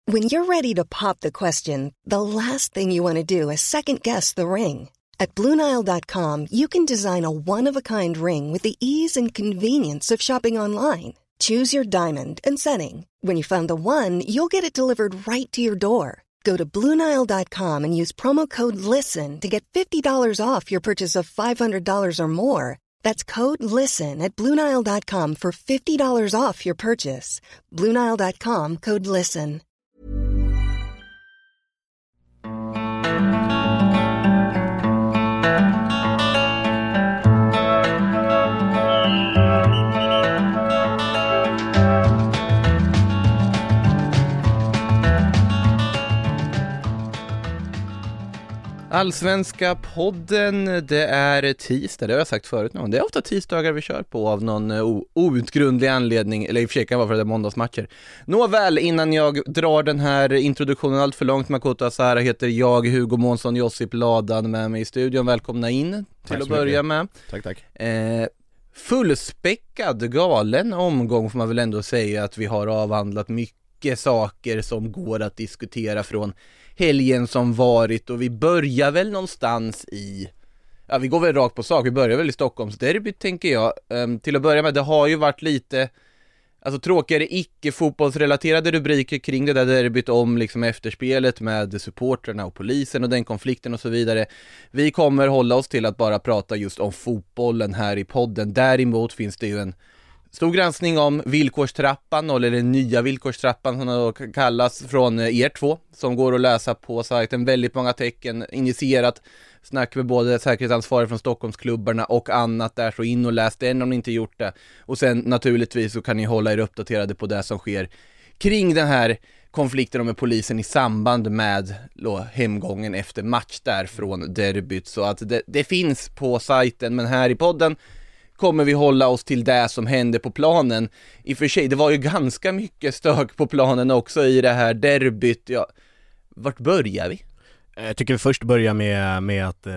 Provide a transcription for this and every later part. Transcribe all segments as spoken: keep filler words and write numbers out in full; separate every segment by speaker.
Speaker 1: When you're ready to pop the question, the last thing you want to do is second-guess the ring. At Blue Nile dot com, you can design a one-of-a-kind ring with the ease and convenience of shopping online. Choose your diamond and setting. When you find the one, you'll get it delivered right to your door. Go to Blue Nile dot com and use promo code LISTEN to get fifty dollars off your purchase of five hundred dollars or more. That's code LISTEN at Blue Nile dot com for fifty dollars off your purchase. Blue Nile dot com, code LISTEN.
Speaker 2: Allsvenska podden, det är tisdag, det har jag sagt förut nu. Det är ofta tisdagar vi kör på av någon o- outgrundlig anledning, eller i och för sig kan vara för att det är måndagsmatcher. Nåväl, innan jag drar den här introduktionen allt för långt, Makoto Asahara heter jag, Hugo Månsson, Josip Ladan med mig i studion. Välkomna in till att börja med.
Speaker 3: Tack, tack.
Speaker 2: Eh, fullspäckad, galen omgång får man väl ändå säga att vi har avhandlat mycket saker som går att diskutera från helgen som varit, och vi börjar väl någonstans i, ja vi går väl rakt på sak, vi börjar väl i Stockholms derby tänker jag. Um, till att börja med, det har ju varit lite alltså tråkigare icke-fotbollsrelaterade rubriker kring det där derbyt om liksom efterspelet med supporterna och polisen och den konflikten och så vidare. Vi kommer hålla oss till att bara prata just om fotbollen här i podden. Däremot finns det ju en stor granskning om villkorstrappan, eller den nya villkorstrappan som det kallas, från er två, som går att läsa på sajten. Väldigt många tecken, initierat snack med både säkerhetsansvariga från Stockholmsklubbarna och annat där, så in och läs den om ni inte gjort det. Och sen naturligtvis så kan ni hålla er uppdaterade på det som sker kring den här konflikten med polisen i samband med då, hemgången efter match där från derbyt. Så att det, det finns på sajten, men här i podden kommer vi hålla oss till det som hände på planen. I och för sig, det var ju ganska mycket stök på planen också i det här derbyt. Ja, vart börjar vi?
Speaker 3: Jag tycker vi först börjar med, med att äh,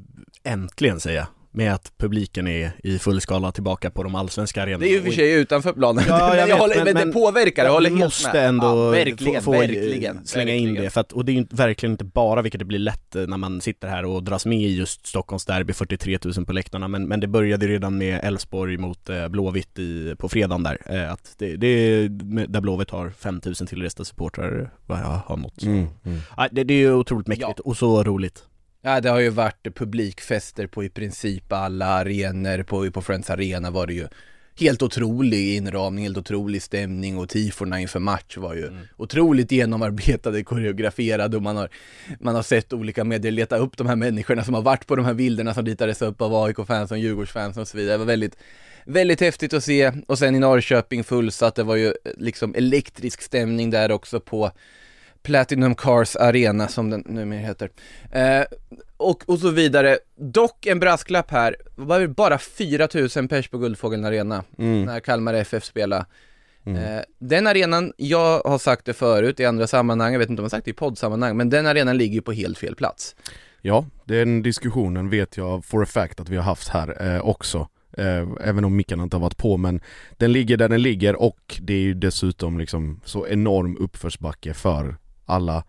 Speaker 3: äntligen säga med att publiken är i full skala tillbaka på de allsvenska arenorna.
Speaker 2: Det är ju för sig utanför planen.
Speaker 3: Ja, jag
Speaker 2: men, jag
Speaker 3: vet,
Speaker 2: håller,
Speaker 3: men,
Speaker 2: men,
Speaker 3: men
Speaker 2: det påverkar, jag håller helt
Speaker 3: måste
Speaker 2: med.
Speaker 3: ändå
Speaker 2: ja, verkligen,
Speaker 3: få, få
Speaker 2: verkligen,
Speaker 3: slänga
Speaker 2: verkligen.
Speaker 3: in det. För att, och det är ju verkligen inte bara, vilket det blir lätt när man sitter här och dras med i just Stockholms derby, fyrtiotre tusen på läktarna. Men, men det började redan med Elfsborg mot eh, Blåvitt i, på fredagen där. Eh, att det, det, där Blåvitt har fem tusen till resta supportrar vad jag har nått.
Speaker 2: Mm, mm.
Speaker 3: Ja, det, det är ju otroligt mäktigt
Speaker 2: ja.
Speaker 3: och så roligt.
Speaker 2: Ja, det har ju varit publikfester på i princip alla arenor. På, på Friends Arena var det ju helt otrolig inramning, helt otrolig stämning, och tiforna inför match var ju mm. otroligt genomarbetade, koreograferade, och man har, man har sett olika medier leta upp de här människorna som har varit på de här bilderna som ritades upp av A I K-fans och Djurgårdsfans och så vidare. Det var väldigt, väldigt häftigt att se. Och sen i Norrköping fullsatt, det var ju liksom elektrisk stämning där också på Platinum Cars Arena som den numera heter. Eh, och, och så vidare. Dock en brasklapp här. Det var bara fyra tusen pers på Guldfågeln Arena mm. när Kalmar F F spelade. Mm. Eh, den arenan, jag har sagt det förut i andra sammanhang, jag vet inte om jag har sagt det i poddsammanhang, men den arenan ligger på helt fel plats.
Speaker 4: Ja, den diskussionen vet jag for a fact att vi har haft här eh, också. Eh, även om mickarna inte har varit på, men den ligger där den ligger, och det är ju dessutom liksom så enorm uppförsbacke för alla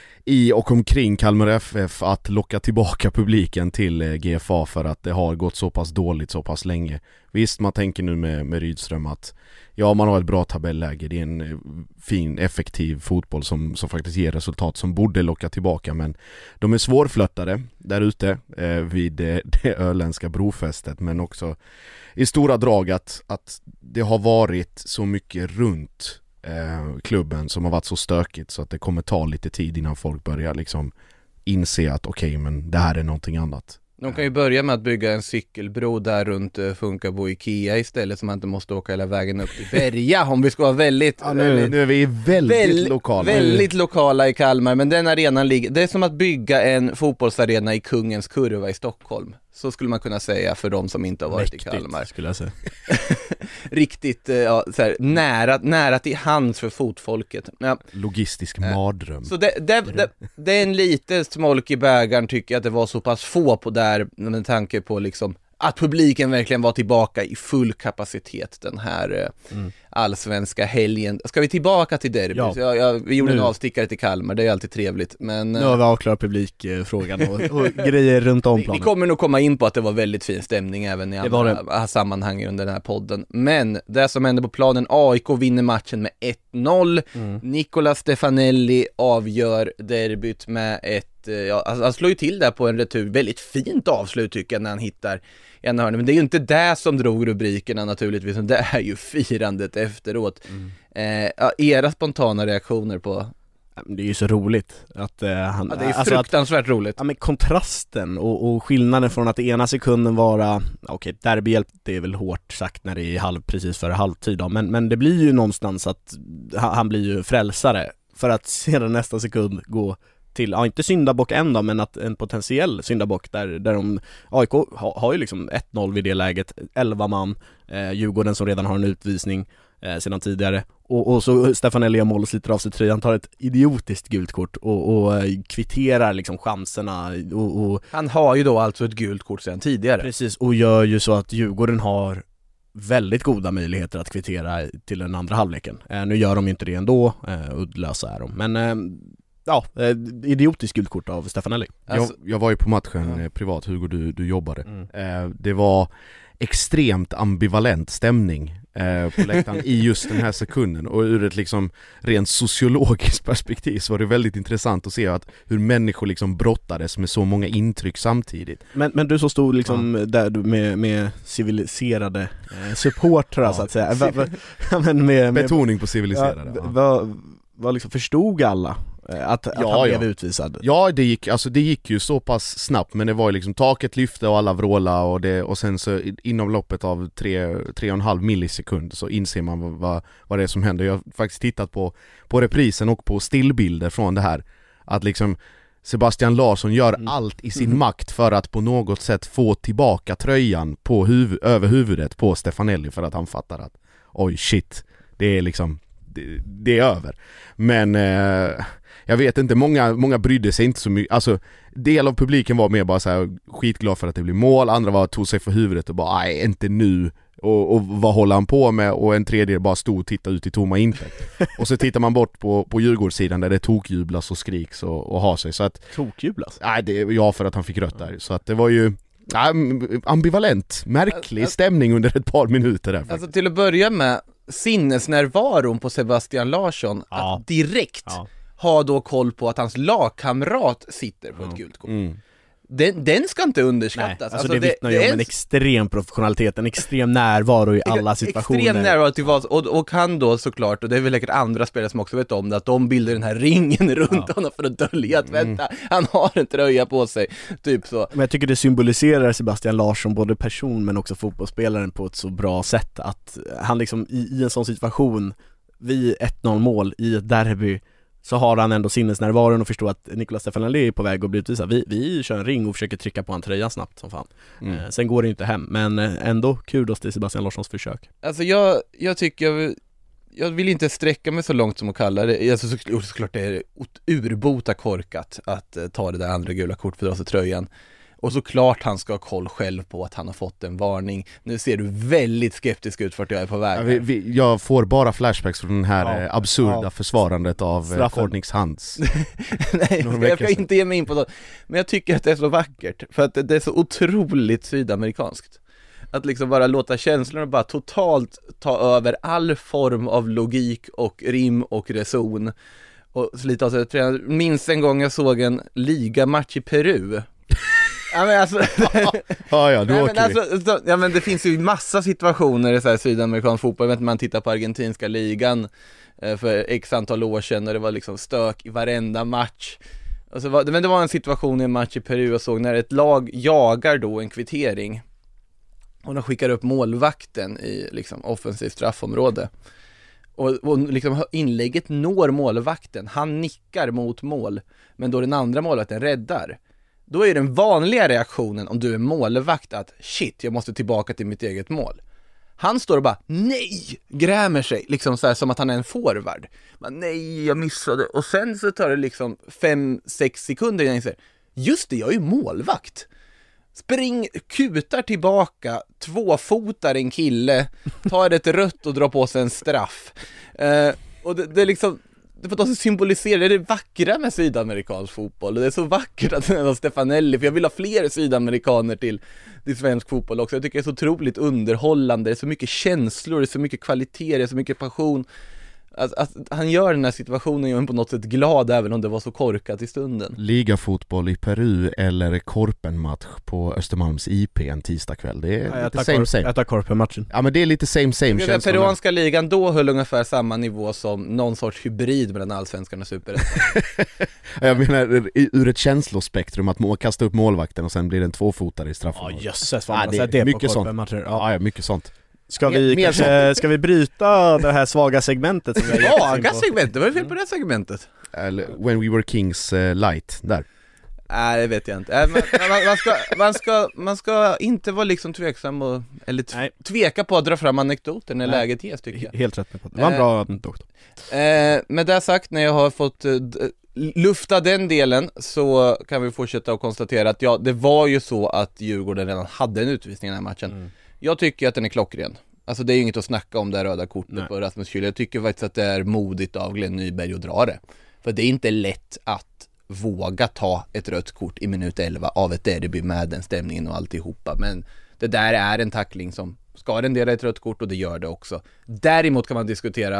Speaker 4: i och omkring Kalmar F F att locka tillbaka publiken till G F A, för att det har gått så pass dåligt så pass länge. Visst, man tänker nu med, med Rydström att ja, man har ett bra tabelläge, det är en fin, effektiv fotboll som, som faktiskt ger resultat som borde locka tillbaka, men de är svårflöttade där ute eh, vid det, det öländska brofästet, men också i stora drag att, att det har varit så mycket runt Eh, klubben som har varit så stökigt så att det kommer ta lite tid innan folk börjar liksom inse att okej, okay, men det här är någonting annat.
Speaker 2: De kan ju börja med att bygga en cykelbro där runt uh, Funkabo Ikea istället, så man inte måste åka hela vägen upp till Berga om vi ska vara väldigt...
Speaker 4: Ja, nu, nu är vi väldigt väl, lokala.
Speaker 2: Väldigt lokala i Kalmar, men den arenan ligger... Det är som att bygga en fotbollsarena i Kungens Kurva i Stockholm. Så skulle man kunna säga för de som inte har varit
Speaker 3: Mäktigt,
Speaker 2: i Kalmar.
Speaker 3: Skulle jag säga.
Speaker 2: Riktigt ja, så här, nära, nära till hands för fotfolket. Ja.
Speaker 4: Logistisk mardröm.
Speaker 2: Så det, det, det, det är en lite smolk i bägaren, tycker jag, att det var så pass få på där med tanke på liksom att publiken verkligen var tillbaka i full kapacitet den här mm. allsvenska helgen. Ska vi tillbaka till derby?
Speaker 3: Ja.
Speaker 2: Så jag, jag, vi gjorde
Speaker 3: nu.
Speaker 2: en avstickare till Kalmar, det är alltid trevligt. Men,
Speaker 3: nu har vi avklarat publikfrågan och, och grejer runt om planen.
Speaker 2: Vi kommer nog komma in på att det var väldigt fin stämning även i
Speaker 3: det
Speaker 2: andra sammanhang under den här podden. Men det som hände på planen, A I K vinner matchen med ett noll. Mm. Nicola Stefanelli avgör derbyt med ett, ja, alltså han slår ju till där på en retur, väldigt fint avslut tycker jag när han hittar en hörna, men det är ju inte det som drog rubrikerna naturligtvis, det är ju firandet efteråt. Mm. Eh, ja, era spontana reaktioner på...
Speaker 3: Det är ju så roligt att eh, han,
Speaker 2: ja, det är alltså fruktansvärt
Speaker 3: att,
Speaker 2: roligt.
Speaker 3: Ja, men kontrasten och, och skillnaden från att ena sekunden vara okej, okay, derbyhjälp, det är väl hårt sagt när det är halv, precis före halvtid då, men, men det blir ju någonstans att han, han blir ju frälsare för att sedan nästa sekund gå till, ja inte syndabock än då, men att en potentiell syndabock där, där de, A I K ha, har ju liksom ett noll vid det läget, elva man, eh, Djurgården som redan har en utvisning eh, sedan tidigare, och, och så Stefanelli mål och sliter av sig tröjan, tar ett idiotiskt gult kort och, och kvitterar liksom chanserna och, och
Speaker 2: han har ju då alltså ett gult kort sedan tidigare.
Speaker 3: Precis, och gör ju så att Djurgården har väldigt goda möjligheter att kvittera till den andra halvleken. Eh, nu gör de ju inte det ändå, eh, uddlösa är de, men eh, ja, eh, idiotiskt gult kort av Stefanelli.
Speaker 4: Alltså, jag, jag var ju på matchen eh, privat, Hugo, du, du jobbade. Mm. Eh, det var extremt ambivalent stämning eh, på läktaren i just den här sekunden, och ur ett liksom rent sociologiskt perspektiv så var det väldigt intressant att se att hur människor liksom brottades med så många intryck samtidigt.
Speaker 3: Men, men du så stod liksom ja. där du med, med civiliserade eh, supportrar ja. så att säga. Va, va, men med, med,
Speaker 4: Betoning på civiliserade.
Speaker 3: Ja, vad va liksom förstod alla att, att
Speaker 4: ja,
Speaker 3: han blev
Speaker 4: ja.
Speaker 3: utvisad?
Speaker 4: Ja, det gick, alltså det gick ju så pass snabbt, men det var ju liksom taket lyfte och alla vråla och, det, och sen så inom loppet av tre, tre och en halv millisekund så inser man vad, vad, vad det är som händer. Jag har faktiskt tittat på, på reprisen och på stillbilder från det här, att liksom Sebastian Larsson gör mm. allt i sin mm. makt för att på något sätt få tillbaka tröjan på huv- över huvudet på Stefanelli, för att han fattar att oj shit, det är liksom det, det är över. Men eh, jag vet inte, många, många brydde sig inte så mycket. Alltså, del av publiken var mer bara så här skitglad för att det blir mål. Andra var tog sig för huvudet och bara, nej, inte nu. Och, och vad håller han på med? Och en tredje bara stod och tittade ut i tomma intet. Och så tittar man bort på, på Djurgårdssidan där det tokjublas och skriks och, och har sig. Så att,
Speaker 3: tokjublas?
Speaker 4: Nej, det är ja, för att han fick rött där. Så att det var ju ja, ambivalent, märklig stämning under ett par minuter där.
Speaker 2: Alltså till att börja med, sinnesnärvaron på Sebastian Larsson, ja. att direkt ja. ha då koll på att hans lagkamrat sitter på mm. ett gult kort. Mm. Den, den ska inte underskattas. Nej,
Speaker 3: alltså, alltså det vittnar ju om en, en extrem professionalitet, en extrem närvaro i alla situationer.
Speaker 2: Extrem närvaro till vad, och, och han då såklart, och det är väl säkert andra spelare som också vet om det, att de bildar den här ringen runt ja. honom för att dölja att vänta, mm. han har en tröja på sig, typ så.
Speaker 3: Men jag tycker det symboliserar Sebastian Larsson, både person men också fotbollsspelaren, på ett så bra sätt, att han liksom i, i en sån situation, vid ett noll mål i ett derby, så har han ändå sinnesnärvaron och förstår att Nicola Stefanelli är på väg att bli utvisad. Vi, vi kör en ring och försöker trycka på en tröja snabbt som fan. Mm. Eh, sen går det inte hem, men ändå kudos till Sebastian Larssons försök.
Speaker 2: Alltså jag, jag tycker jag, jag vill inte sträcka mig så långt som att kalla det. Alltså så, såklart det är urbota korkat att uh, ta det där andra gula kort för att dra sig tröjan. Och såklart han ska ha koll själv på att han har fått en varning. Nu ser du väldigt skeptisk ut för att jag är på väg.
Speaker 4: Ja, vi, vi, jag får bara flashbacks från den här ja, absurda ja. försvarandet av Korniks hands.
Speaker 2: Nej, jag kan inte ge mig in på det. Men jag tycker att det är så vackert. För att det är så otroligt sydamerikanskt. Att liksom bara låta känslorna bara totalt ta över all form av logik och rim och reson. Och slita av sig. Minns en gång jag såg en ligamatch i Peru. Ja men alltså
Speaker 4: ja, ja,
Speaker 2: nej, men alltså så, ja men det finns ju massa situationer i så här sydamerikansk fotboll. Jag vet, man tittar på argentinska ligan eh, för x antal år sedan och det var liksom stök i varenda match. Och så var, men det var en situation i en match i Peru jag såg när ett lag jagar då en kvittering och de skickar upp målvakten i liksom offensivt straffområde. Och, och liksom inlägget når målvakten. Han nickar mot mål, men då den andra målvakten räddar. Då är den vanliga reaktionen om du är målvakt att shit, jag måste tillbaka till mitt eget mål. Han står och bara nej, grämer sig liksom så här, som att han är en forward. Men nej, jag missade. Och sen så tar det liksom fem sex sekunder innan jag säger just det, jag är ju målvakt. spring, kutar tillbaka, tvåfotar en kille, tar ett rött och drar på sig en straff. Eh, och det, det är liksom, det får symbolisera, det är det vackra med sydamerikansk fotboll. Och det är så vackert att det är Stefanelli, för jag vill ha fler sydamerikaner till, till svensk fotboll också. Jag tycker det är så otroligt underhållande, det är så mycket känslor, det är så mycket kvalitet, det är så mycket passion. Att, att han gör den här situationen gör en på något sätt glad, även om det var så korkat i stunden.
Speaker 4: Ligafotboll i Peru eller korpenmatch på Östermalms I P en tisdagkväll. Det är
Speaker 3: ja,
Speaker 4: lite same same.
Speaker 3: Jag tar korpenmatchen.
Speaker 4: Ja, men det är lite same same.
Speaker 2: Den peruanska ligan då höll ungefär samma nivå som någon sorts hybrid mellan allsvenskan och superettan.
Speaker 4: Jag menar ur ett känslospektrum att må, kasta upp målvakten och sen blir det en tvåfotare i straffområdet.
Speaker 3: Ja, jösses,
Speaker 4: ja,
Speaker 3: det,
Speaker 4: det är mycket sånt.
Speaker 3: Ja.
Speaker 4: Ja, mycket sånt.
Speaker 3: Ska vi,
Speaker 4: mer,
Speaker 3: kanske,
Speaker 4: mer
Speaker 3: ska vi bryta det här svaga segmentet som vi har
Speaker 2: Svaga segmentet? Vad är det fel på det segmentet?
Speaker 4: Eller When We Were Kings uh, light, där.
Speaker 2: Nej, det vet jag inte. Äh, man, man, ska, man, ska, man ska inte vara liksom tveksam och, eller t- tveka på att dra fram anekdoter när Nej. läget ges, tycker jag.
Speaker 3: Helt rätt med på det. Det var en bra anekdot.
Speaker 2: Eh, med det sagt, när jag har fått eh, lufta den delen, så kan vi fortsätta att konstatera att ja, det var ju så att Djurgården redan hade en utvisning i den här matchen. Mm. Jag tycker att den är klockren. Alltså det är ju inget att snacka om det röda kortet Nej. på Rasmus Kühl. Jag tycker faktiskt att det är modigt av Glenn Nyberg att dra det. För det är inte lätt att våga ta ett rött kort i minut elva av ett derby med den stämningen och alltihopa. Men det där är en tackling som ska rendera ett rött kort, och det gör det också. Däremot kan man diskutera,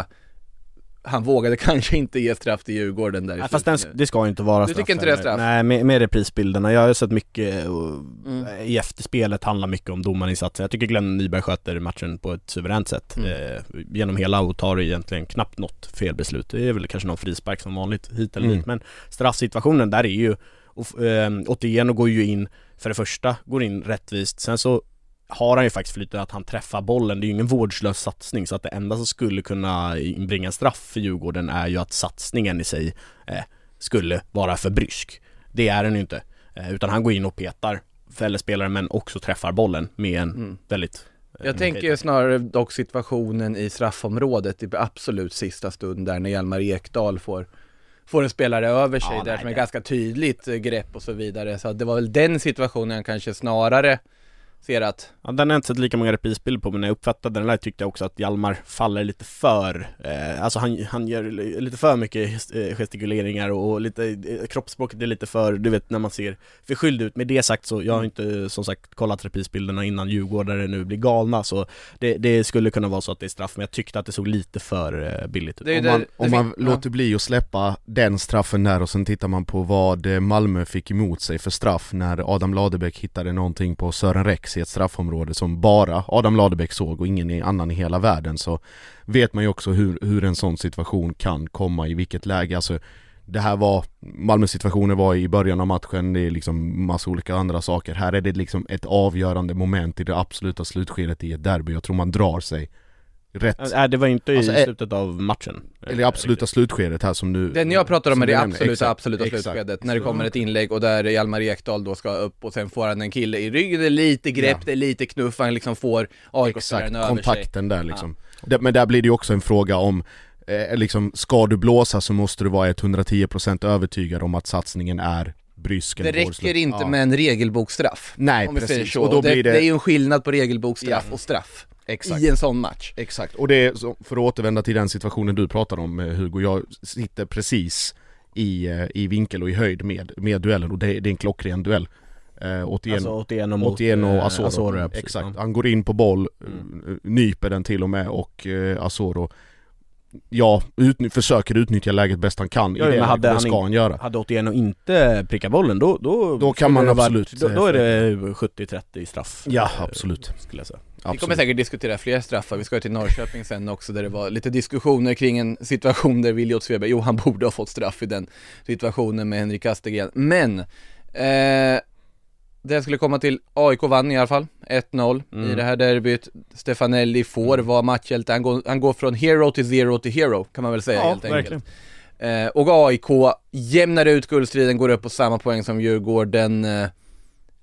Speaker 2: han vågade kanske inte ge straff till Djurgården där.
Speaker 3: Nej, fast den, det ska ju inte vara
Speaker 2: straff. Du tycker inte
Speaker 3: det
Speaker 2: är straff?
Speaker 3: Nej, med, med reprisbilderna. Jag har sett mycket och, mm. i efterspelet handlar mycket om domarinsatsen. Jag tycker Glenn Nyberg sköter matchen på ett suveränt sätt. Mm. Eh, genom hela och tar egentligen knappt något felbeslut. Det är väl kanske någon frispark som vanligt hit eller mm. dit. Men straffsituationen där är ju, och, eh, Otieno går ju in, för det första går in rättvist. Sen så har han ju faktiskt flyttat att han träffar bollen. Det är ju ingen vårdslös satsning, så att det enda som skulle kunna inbringa straff för Djurgården är ju att satsningen i sig eh, skulle vara för brysk. Det är den ju inte. Eh, utan han går in och petar fällespelaren, men också träffar bollen med en mm. väldigt... Eh,
Speaker 2: Jag tänker ju snarare dock situationen i straffområdet i absolut sista stund där när Hjalmar Ekdal får, får en spelare över sig, ja, där nej, som är nej. ganska tydligt grepp och så vidare. Så det var väl den situationen kanske snarare ser att...
Speaker 3: Ja, den har inte sett lika många reprisbilder på, men när jag uppfattade den där tyckte jag också att Hjalmar faller lite för eh, alltså han, han gör lite för mycket gestikuleringar och, och lite eh, kroppsspråket är lite för, du vet, när man ser förskylld ut. Med det sagt så, jag har inte som sagt kollat reprisbilderna innan Djurgårdare nu blir galna, så det, det skulle kunna vara så att det är straff, men jag tyckte att det såg lite för eh, billigt ut.
Speaker 4: Om man, om man ja. låter bli att släppa den straffen där, och sen tittar man på vad Malmö fick emot sig för straff när Adam Ladebäck hittade någonting på Sören Rex i ett straffområde som bara Adam Ladebäck såg och ingen annan i hela världen, så vet man ju också hur, hur en sån situation kan komma i vilket läge. Alltså det här var, Malmös situationen var i början av matchen, det är liksom massa olika andra saker. Här är det liksom ett avgörande moment i det absoluta slutskedet i ett derby. Jag tror man drar sig rätt.
Speaker 3: Nej, det var inte i
Speaker 4: alltså,
Speaker 3: slutet av matchen.
Speaker 4: Eller absoluta riktigt. slutskedet här som du...
Speaker 2: Den jag pratar om är det absoluta, exakt, absoluta
Speaker 4: exakt.
Speaker 2: slutskedet. När det kommer ett inlägg och där Hjalmar Ekdal då ska upp och sen får han en kille i ryggen. Det är lite grepp, ja. det är lite knuff. Han liksom får A I K-spelaren över sig.
Speaker 4: Kontakten där liksom. Ja. Det, men där blir det ju också en fråga om eh, liksom, ska du blåsa så måste du vara hundratio procent övertygad om att satsningen är brysk.
Speaker 2: Det räcker inte ja. med en regelboksstraff.
Speaker 4: Nej, precis. Och då
Speaker 2: det,
Speaker 4: blir det...
Speaker 2: det är ju en skillnad på regelboksstraff ja. och straff. Exakt. I en sån match.
Speaker 4: Exakt, och det är så, för att återvända till den situationen du pratar om, Hugo, jag sitter precis i, i vinkel och i höjd med, med duellen, och det, det är en klockren duell. Eh, Otieno,
Speaker 3: alltså Otieno mot
Speaker 4: Otieno, Asoro,
Speaker 3: Asoro ja,
Speaker 4: exakt. Han går in på boll, mm. nyper den till och med, och eh, Asoro ja, utny- försöker utnyttja läget bäst han kan.
Speaker 3: Ja,
Speaker 4: i det,
Speaker 3: hade
Speaker 4: det
Speaker 3: han
Speaker 4: ska
Speaker 3: in,
Speaker 4: han göra.
Speaker 3: Hade Otieno inte prickat bollen, då, då,
Speaker 4: då kan man absolut
Speaker 3: varit, då, då är det sjuttio trettio straff.
Speaker 4: Ja, absolut.
Speaker 3: Skulle jag säga.
Speaker 2: Vi kommer säkert diskutera fler straffar. Vi ska till Norrköping sen också, där det var lite diskussioner kring en situation där Williot Sveberg, jo han borde ha fått straff i den situationen med Henrik Astegren. Men eh, det jag skulle komma till, A I K vann i alla fall ett noll mm. i det här derbyt. Stefanelli får mm. vara matchhjälte. Han går, han går från hero till zero till hero, kan man väl säga, ja, helt enkelt. Eh, och A I K jämnar ut guldstriden, går upp på samma poäng som Djurgården. Eh,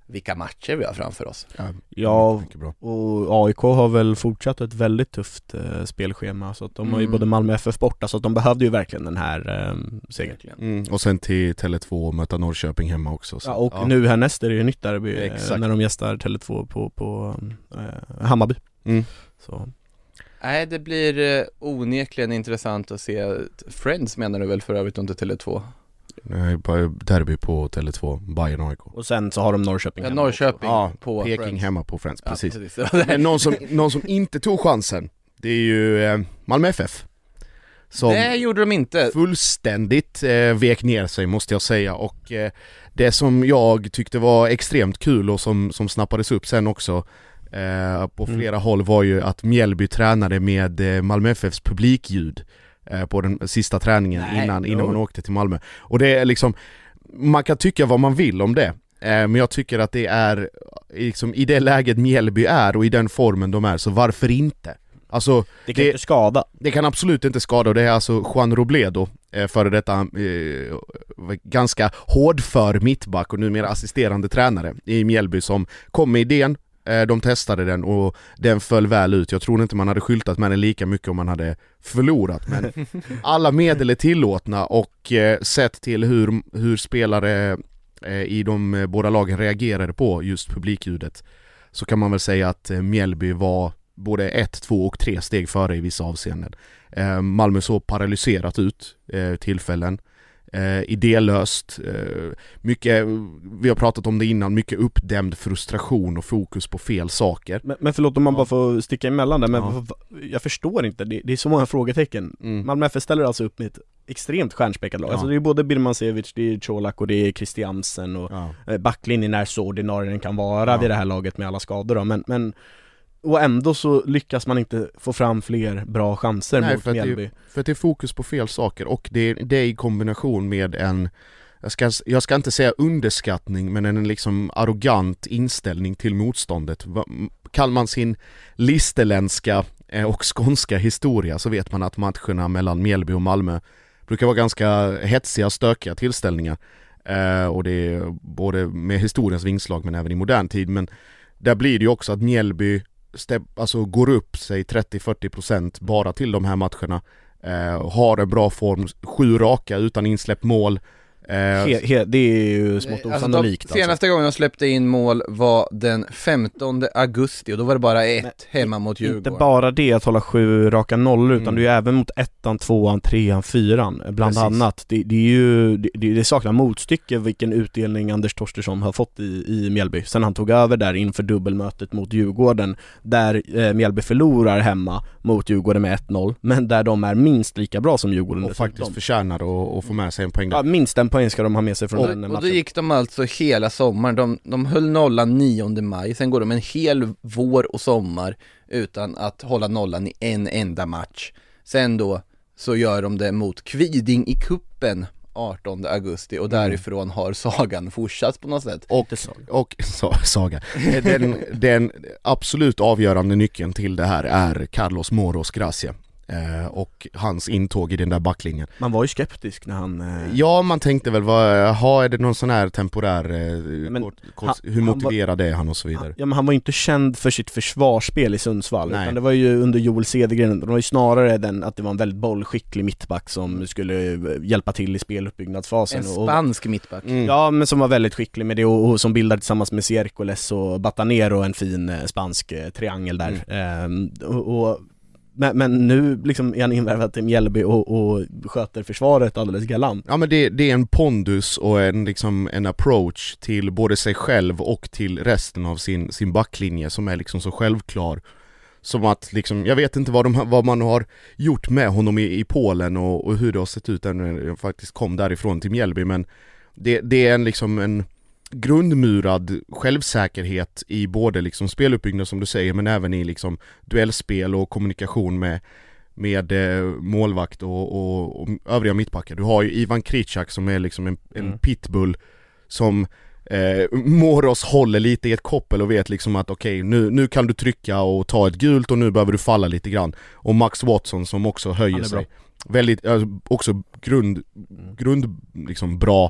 Speaker 2: vilka matcher vi har framför oss.
Speaker 4: Ja,
Speaker 3: Ja,
Speaker 4: mycket bra.
Speaker 3: och A I K har väl fortsatt ett väldigt tufft eh, spelschema, så att de har ju
Speaker 2: Mm.
Speaker 3: både Malmö F F borta, så att de behövde ju verkligen den här eh, segern.
Speaker 2: Verkligen.
Speaker 4: Mm. Och sen till Tele två och möta Norrköping hemma också. Så.
Speaker 3: Ja, och
Speaker 4: ja.
Speaker 3: nu härnäst är det ju nytt derby eh,
Speaker 4: Exakt.
Speaker 3: när de gästar Tele två på, på eh, Hammarby.
Speaker 4: Mm.
Speaker 3: Så.
Speaker 2: Nej, det blir eh, onekligen intressant att se. Friends menar du väl för övrigt, inte Tele två?
Speaker 4: Nej, bara derby på Tele två, Bayern A I K.
Speaker 3: Och sen så har de Norrköping
Speaker 2: Ja,
Speaker 3: hemma
Speaker 2: Norrköping
Speaker 4: Ja,
Speaker 2: på
Speaker 4: Peking
Speaker 2: Friends.
Speaker 4: hemma på Friends, precis.
Speaker 2: Ja, precis.
Speaker 4: Men någon som, någon som inte tog chansen, det är ju eh, Malmö F F. Som
Speaker 2: Det gjorde de inte.
Speaker 4: fullständigt eh, vek ner sig, måste jag säga. Och eh, det som jag tyckte var extremt kul och som, som snappades upp sen också eh, på
Speaker 3: Mm.
Speaker 4: flera håll var ju att Mjällby tränade med eh, Malmö F Fs publikljud eh, på den sista träningen.
Speaker 2: Nej,
Speaker 4: innan, innan
Speaker 2: jo.
Speaker 4: man åkte till Malmö. Och det är liksom, man kan tycka vad man vill om det, eh, men jag tycker att det är liksom, i det läget Mjällby är och i den formen de är, så varför inte? Alltså,
Speaker 3: Det kan
Speaker 4: det-
Speaker 3: inte skada.
Speaker 4: det kan absolut inte skada, och det är alltså Juan Robledo, eh, före detta eh, ganska hårdför mittback och numera assisterande tränare i Mjällby, som kom med idén. eh, De testade den och den föll väl ut. Jag tror inte man hade skyltat med den lika mycket om man hade förlorat, men alla medel är tillåtna, och eh, sett till hur, hur spelare eh, i de eh, båda lagen reagerade på just publikljudet, så kan man väl säga att eh, Mjällby var både ett, två och tre steg före i vissa avseenden. Eh, Malmö såg paralyserat ut eh, tillfällen. Eh, idélöst. Eh, mycket, vi har pratat om det innan, mycket uppdämd frustration och fokus på fel saker.
Speaker 3: Men, men förlåt om man
Speaker 4: Ja.
Speaker 3: bara får sticka emellan där, men
Speaker 4: Ja.
Speaker 3: v- v- jag förstår inte, det, det är så många frågetecken.
Speaker 4: Mm.
Speaker 3: Malmö F F ställer alltså upp med ett extremt stjärnspäckat lag.
Speaker 4: Ja.
Speaker 3: Alltså det är både Birmancevic, det är Colak och det är Christiansen och
Speaker 4: Ja.
Speaker 3: eh, backlinjen är så ordinarie den kan vara
Speaker 4: Ja.
Speaker 3: vid det här laget med alla skador då. Men, men och ändå så lyckas man inte få fram fler bra chanser
Speaker 4: Nej,
Speaker 3: mot
Speaker 4: för att det-
Speaker 3: Mjällby.
Speaker 4: För att det är fokus på fel saker, och det, det är i kombination med en, jag ska, jag ska inte säga underskattning, men en liksom arrogant inställning till motståndet. Va- Kan man sin listerländska eh, och skånska historia, så vet man att matcherna mellan Mjällby och Malmö brukar vara ganska hetsiga, stökiga tillställningar. Eh, och det är både med historiens vingslag men även i modern tid. Men där blir det ju också att Mjällby step, alltså går upp sig trettio till fyrtio procent bara till de här matcherna. Eh, har en bra form, sju raka utan insläppt mål. Eh,
Speaker 3: He, he, det är ju smått
Speaker 2: Alltså,
Speaker 3: osannolikt.
Speaker 2: de senaste gången de släppte in mål var den femtonde augusti, och då var det bara ett
Speaker 3: Men
Speaker 2: hemma mot Djurgården.
Speaker 3: Inte bara det att hålla sju raka nollor, utan
Speaker 4: Mm.
Speaker 3: det är ju även mot ettan, tvåan, trean, fyran bland
Speaker 2: Precis.
Speaker 3: annat. Det, det är ju, det, det saknar motstycke vilken utdelning Anders Torstensson har fått i, i Mjällby sen han tog över där inför dubbelmötet mot Djurgården, där eh, Mjällby förlorar hemma mot Djurgården med ett noll, men där de är minst lika bra som Djurgården
Speaker 4: och
Speaker 3: dessutom.
Speaker 4: faktiskt förtjänar att, att få med sig en poäng där.
Speaker 3: Ja, minst en poäng ska de ha med sig från
Speaker 2: Och,
Speaker 3: den
Speaker 2: och då
Speaker 3: matchen.
Speaker 2: gick de alltså hela sommaren, de, de höll nollan nionde maj, sen går de en hel vår och sommar utan att hålla nollan i en enda match. Sen då så gör de det mot Kviding i kuppen artonde augusti, och därifrån har sagan fortsatt på något sätt.
Speaker 4: Och, och så, Saga. Den, den absolut avgörande nyckeln till det här är Carlos Moros Gracia. Eh, och hans intåg i den där backlinjen.
Speaker 3: Man var ju skeptisk när han... Eh...
Speaker 4: Ja, man tänkte väl, vad, ha, är det någon sån här temporär, eh,
Speaker 3: Men
Speaker 4: kort, kort,
Speaker 3: han-
Speaker 4: hur
Speaker 3: han
Speaker 4: motiverad är han och så vidare.
Speaker 3: Ja, men han var ju inte känd för sitt försvarsspel i Sundsvall.
Speaker 4: Nej.
Speaker 3: Utan det var ju under Joel Cedergren, det var ju snarare den att det var en väldigt bollskicklig mittback som skulle hjälpa till i speluppbyggnadsfasen.
Speaker 2: En
Speaker 3: och,
Speaker 2: spansk mittback.
Speaker 4: Mm.
Speaker 3: ja, men som var väldigt skicklig med det och, och som bildade tillsammans med Ciercoles och Batanero en fin eh, spansk eh, triangel där. Ehm, och, och Men, men nu liksom är han invärvad till Mjällby och, och sköter försvaret alldeles galant.
Speaker 4: Ja, men det, det är en pondus och en, liksom, en approach till både sig själv och till resten av sin, sin backlinje som är liksom så självklar. Som att liksom, jag vet inte vad, de, vad man har gjort med honom i, i Polen och, och hur det har sett ut när jag faktiskt kom därifrån till Mjällby, men det, det är en liksom en grundmurad självsäkerhet i både liksom speluppbyggnad som du säger, men även i liksom duellspel och kommunikation med, med eh, målvakt och, och, och övriga mittbackar. Du har ju Ivan Kricak som är liksom en, en
Speaker 3: Mm.
Speaker 4: pitbull som eh, Moros håller lite i ett koppel och vet liksom att okej, okay, nu, nu kan du trycka och ta ett gult och nu behöver du falla lite grann. Och Max Watson som också höjer sig. Väldigt, alltså, också grund, grund liksom bra,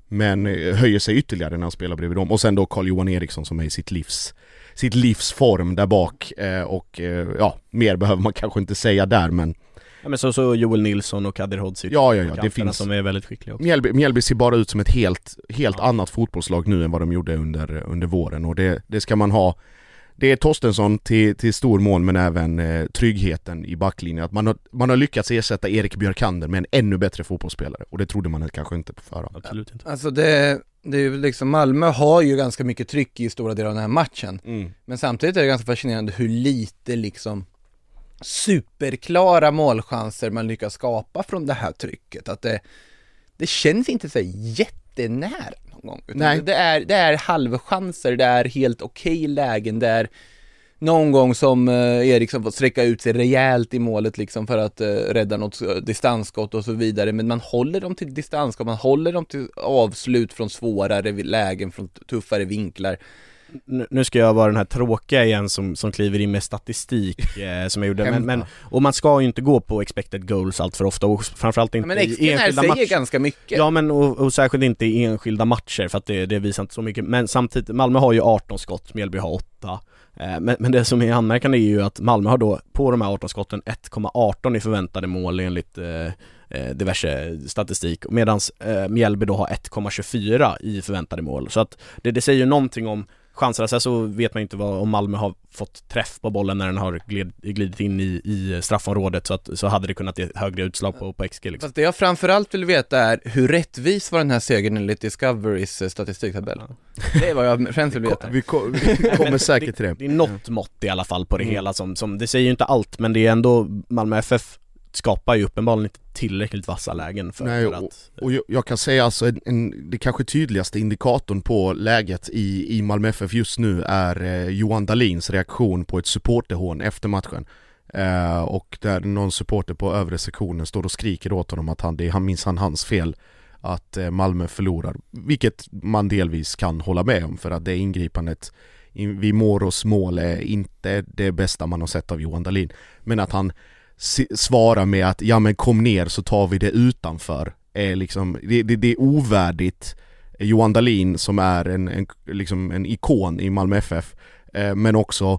Speaker 4: men höjer sig ytterligare när han spelar bredvid dem. Och sen då Carl-Johan Eriksson som är i sitt livs sitt livsform där bak eh, och eh, ja, mer behöver man kanske inte säga där, men
Speaker 3: ja, men så, så Joel Nilsson och Kadir Hodzic.
Speaker 4: Ja, ja, ja, det finns
Speaker 3: som är väldigt skickliga också.
Speaker 4: Mjällby, Mjällby ser bara ut som ett helt, helt ja. annat fotbollslag nu än vad de gjorde under, under våren, och det, det ska man ha. Det är Torstensson till, till stor mån, men även eh, tryggheten i backlinjen. Att man har, man har lyckats ersätta Erik Björkander med en ännu bättre fotbollsspelare, och det trodde man kanske inte på förhand.
Speaker 3: Absolut inte.
Speaker 2: Alltså det, det är ju liksom, Malmö har ju ganska mycket tryck i stora delar av den här matchen. Mm. Men samtidigt är det ganska fascinerande hur lite liksom superklara målchanser man lyckas skapa från det här trycket. Att det, det känns inte så jättenära någon gång. Utan Nej. Det, är, det är halvchanser, det är helt okej lägen, det är någon gång som eh, Eriksson får sträcka ut sig rejält i målet liksom för att eh, rädda något eh, distansskott och så vidare. Men man håller dem till distansskott, man håller dem till avslut från svårare lägen, från tuffare vinklar.
Speaker 3: Nu ska jag vara den här tråkiga igen som, som kliver in med statistik eh, som jag gjorde, men, men, och man ska ju inte gå på expected goals allt för ofta, och framförallt inte
Speaker 2: men
Speaker 3: i enskilda matcher. Men
Speaker 2: ganska mycket.
Speaker 3: Ja, men och, och särskilt inte i enskilda matcher, för att det, det visar inte så mycket. Men samtidigt, Malmö har ju arton skott, Mjällby har åtta. Eh, men, men det som är anmärkande är ju att Malmö har då på de här arton skotten ett komma arton i förväntade mål enligt eh, diverse statistik, medan eh, Mjällby då har ett komma tjugofyra i förväntade mål. Så att det, det säger ju någonting om chanserna. Så, så vet man inte vad, om Malmö har fått träff på bollen när den har glid, glidit in i, i straffområdet, så, att, så hade det kunnat ge högre utslag på, på X G liksom.
Speaker 2: Fast det jag framförallt vill veta är hur rättvis var den här segern enligt Discoverys statistiktabell. Det är vad jag främst vill veta.
Speaker 4: Vi, kom, vi kommer säkert till det.
Speaker 3: Det är något mått i alla fall på det mm. hela som, som, det säger ju inte allt, men det är ändå, Malmö F F skapar ju uppenbarligen inte tillräckligt vassa lägen för,
Speaker 4: Nej,
Speaker 3: för att...
Speaker 4: Och, och jag, jag kan säga alltså en, en, det kanske tydligaste indikatorn på läget i, i Malmö F F just nu är eh, Johan Dahlins reaktion på ett supporterhån efter matchen. Eh, och där någon supporter på övre sektionen står och skriker åt honom att han, det är han minns han hans fel att eh, Malmö förlorar. Vilket man delvis kan hålla med om, för att det ingripandet vid Moros mål är inte det bästa man har sett av Johan Dahlin. Men att han svara med att ja men kom ner så tar vi det utanför är liksom, det, det, det är ovärdigt Johan Dahlin som är en, en, liksom en ikon i Malmö F F, eh, men också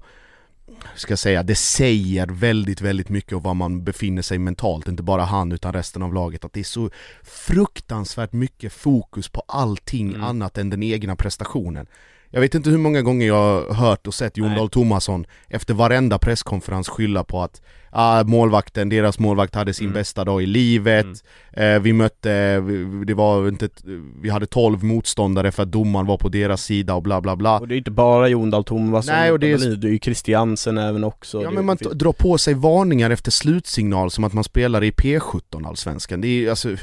Speaker 4: ska jag säga, det säger väldigt väldigt mycket om var man befinner sig mentalt, inte bara han utan resten av laget, att det är så fruktansvärt mycket fokus på allting mm. annat än den egna prestationen. Jag vet inte hur många gånger jag har hört och sett Jon Dahl Tomasson efter varenda presskonferens skylla på att ah, målvakten, deras målvakt hade sin mm. bästa dag i livet. Mm. Eh, vi mötte, det var inte, vi hade tolv motståndare för att domaren var på deras sida och bla bla bla.
Speaker 3: Och det är inte bara Jon Dahl Tomasson.
Speaker 4: Nej, och det är,
Speaker 3: det är ju Christiansen även också.
Speaker 4: Ja,
Speaker 3: det
Speaker 4: men man
Speaker 3: finns...
Speaker 4: drar på sig varningar efter slutsignal som att man spelar i P sjutton allsvenskan. Det är alltså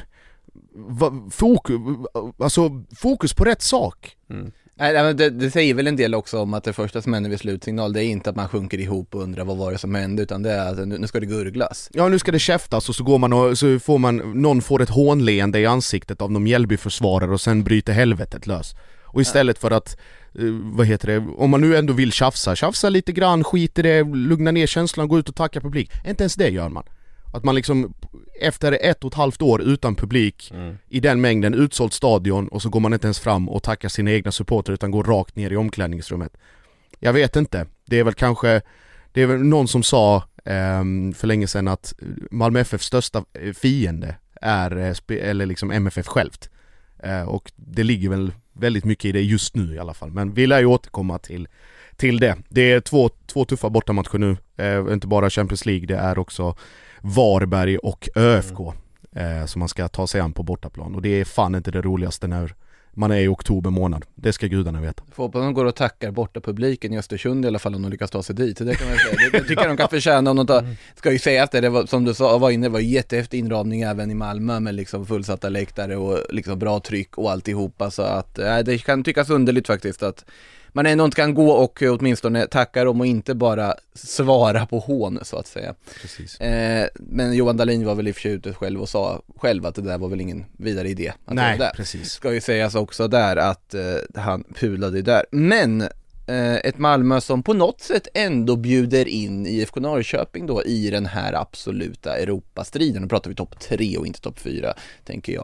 Speaker 4: fokus, alltså fokus på rätt sak.
Speaker 2: Mm. Nej, det, det säger väl en del också om att det första som händer vid slutsignal, det är inte att man sjunker ihop och undrar vad var det som hände, utan det är att nu, nu ska det gurglas.
Speaker 4: Ja, nu ska det käftas och så går man och så får man, någon får ett hånleende i ansiktet av någon Mjällby-försvarare och sen bryter helvetet lös. Och istället för att, vad heter det, om man nu ändå vill tjafsa, tjafsa lite grann, skit i det, lugna ner känslan, gå ut och tacka publik. Inte ens det gör man. Att man liksom efter ett och ett halvt år utan publik mm. i den mängden, utsålt stadion, och så går man inte ens fram och tackar sina egna supporter utan går rakt ner i omklädningsrummet. Jag vet inte. Det är väl kanske, det är väl någon som sa eh, för länge sedan att Malmö F F:s största fiende är eller liksom M F F självt. Eh, och det ligger väl väldigt mycket i det just nu i alla fall. Men vi lär ju återkomma till till det. Det är två, två tuffa bortamatcher nu. Eh, inte bara Champions League, det är också Varberg och Ö F K mm. eh, som man ska ta sig an på bortaplan. Och det är fan inte det roligaste när man är i oktober månad. Det ska gudarna veta.
Speaker 2: Fotbollen går och tackar borta publiken i Östersund i alla fall om de lyckas ta sig dit. Det kan man säga. Det, det tycker jag de kan förtjäna om de tar, ska ju säga att det, det var, som du sa, var inne, det var jättehäftig inramning även i Malmö med liksom fullsatta läktare och liksom bra tryck och alltihopa. Så att äh, det kan tyckas underligt faktiskt att man ändå inte kan gå och åtminstone tacka dem och inte bara svara på hån så att säga.
Speaker 4: Precis.
Speaker 2: Eh, men Johan Dahlin var väl i och för sig ute själv och sa själv att det där var väl ingen vidare idé. Att
Speaker 4: Nej,
Speaker 2: där.
Speaker 4: precis.
Speaker 2: Ska ju sägas också där att eh, han pulade där. Men eh, ett Malmö som på något sätt ändå bjuder in I F K Norrköping då i den här absoluta Europastriden. Nu pratar vi topp tre och inte topp fyra, tänker jag.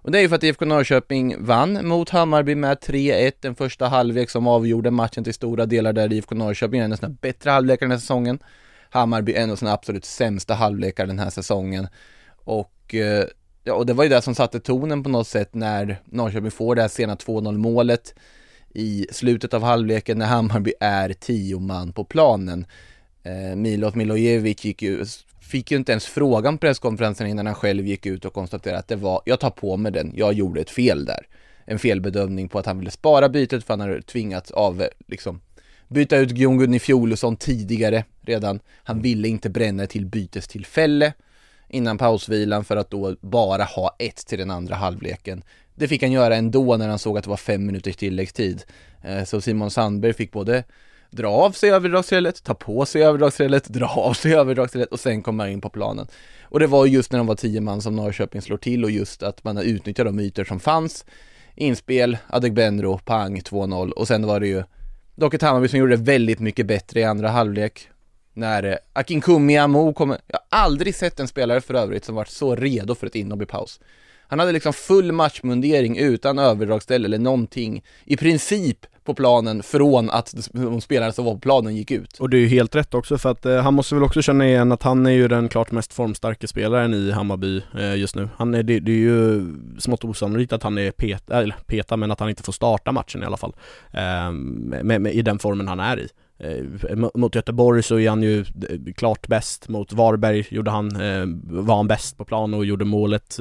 Speaker 2: Och det är ju för att I F K Norrköping vann mot Hammarby med tre ett, den första halvlek som avgjorde matchen till stora delar, där I F K Norrköping är en av sina bättre halvlekar den här säsongen. Hammarby är en av sina absolut sämsta halvlekar den här säsongen. Och, ja, och det var ju det som satte tonen på något sätt när Norrköping får det här sena två noll målet i slutet av halvleken när Hammarby är tio man på planen. Eh, Milot Milojevic gick ju, fick ju inte ens frågan på presskonferensen innan han själv gick ut och konstaterade att det var, jag tar på mig den, jag gjorde ett fel där. En felbedömning på att han ville spara bytet för han hade tvingats av liksom byta ut Gunni Fjolosson tidigare redan. Han ville inte bränna till bytestillfälle innan pausvilan för att då bara ha ett till den andra halvleken. Det fick han göra ändå när han såg att det var fem minuters tilläggstid. Så Simon Sandberg fick både dra av sig överdragsrälet, ta på sig överdragsrälet, dra av sig överdragsrälet och sen komma in på planen. Och det var just när de var tio man som Norrköping slår till och just att man har utnyttjat de ytor som fanns. Inspel, Adegbenro, pang, två noll och sen var det ju dock ett Hammarby som gjorde det väldigt mycket bättre i andra halvlek. När Akinkunmi Amo kommer, jag har aldrig sett en spelare för övrigt som varit så redo för ett inhopp i paus. Han hade liksom full matchmundering utan överdragsställ eller någonting i princip på planen från att de spelare som var på planen gick ut.
Speaker 3: Och det är ju helt rätt också för att eh, han måste väl också känna igen att han är ju den klart mest formstarka spelaren i Hammarby eh, just nu. Han är, det, det är ju smått osannolikt att han är pet, eller peta men att han inte får starta matchen i alla fall eh, med, med, i den formen han är i. Eh, mot Göteborg så är han ju klart bäst. Mot Varberg gjorde han, eh, var han bäst på plan och gjorde målet.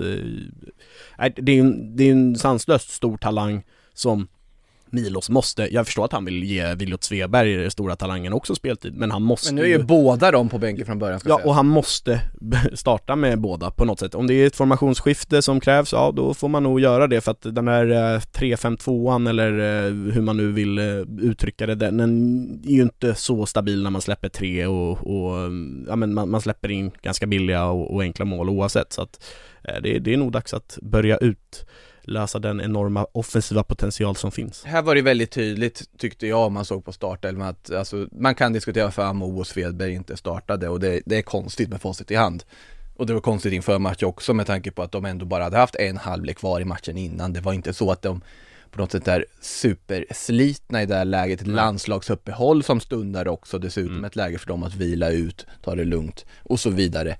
Speaker 3: Eh, det är en, det är en sanslöst stor talang som Milos måste, jag förstår att han vill ge Williot Sveberg, stora talangen, också speltid, men han måste.
Speaker 2: Men nu är ju, ju båda de på bänken från början ska
Speaker 3: Ja,
Speaker 2: säga.
Speaker 3: Och han måste starta med båda på något sätt. Om det är ett formationsskifte som krävs, ja då får man nog göra det, för att den här tre fem tvåan eller hur man nu vill uttrycka det, den är ju inte så stabil när man släpper tre och, och ja, men man, man släpper in ganska billiga och, och enkla mål oavsett, så att det, det är nog dags att börja ut lösa den enorma offensiva potential som finns.
Speaker 2: Här var det väldigt tydligt, tyckte jag, om man såg på startelvan att alltså, man kan diskutera för Amo och Svedberg inte startade, och det, det är konstigt med facit i hand. Och det var konstigt inför matchen också med tanke på att de ändå bara hade haft en halvlek kvar i matchen innan. Det var inte så att de på något sätt är superslitna i det här läget. Ett landslagsuppehåll som stundar också, dessutom mm. ett läge för dem att vila ut, ta det lugnt och så vidare.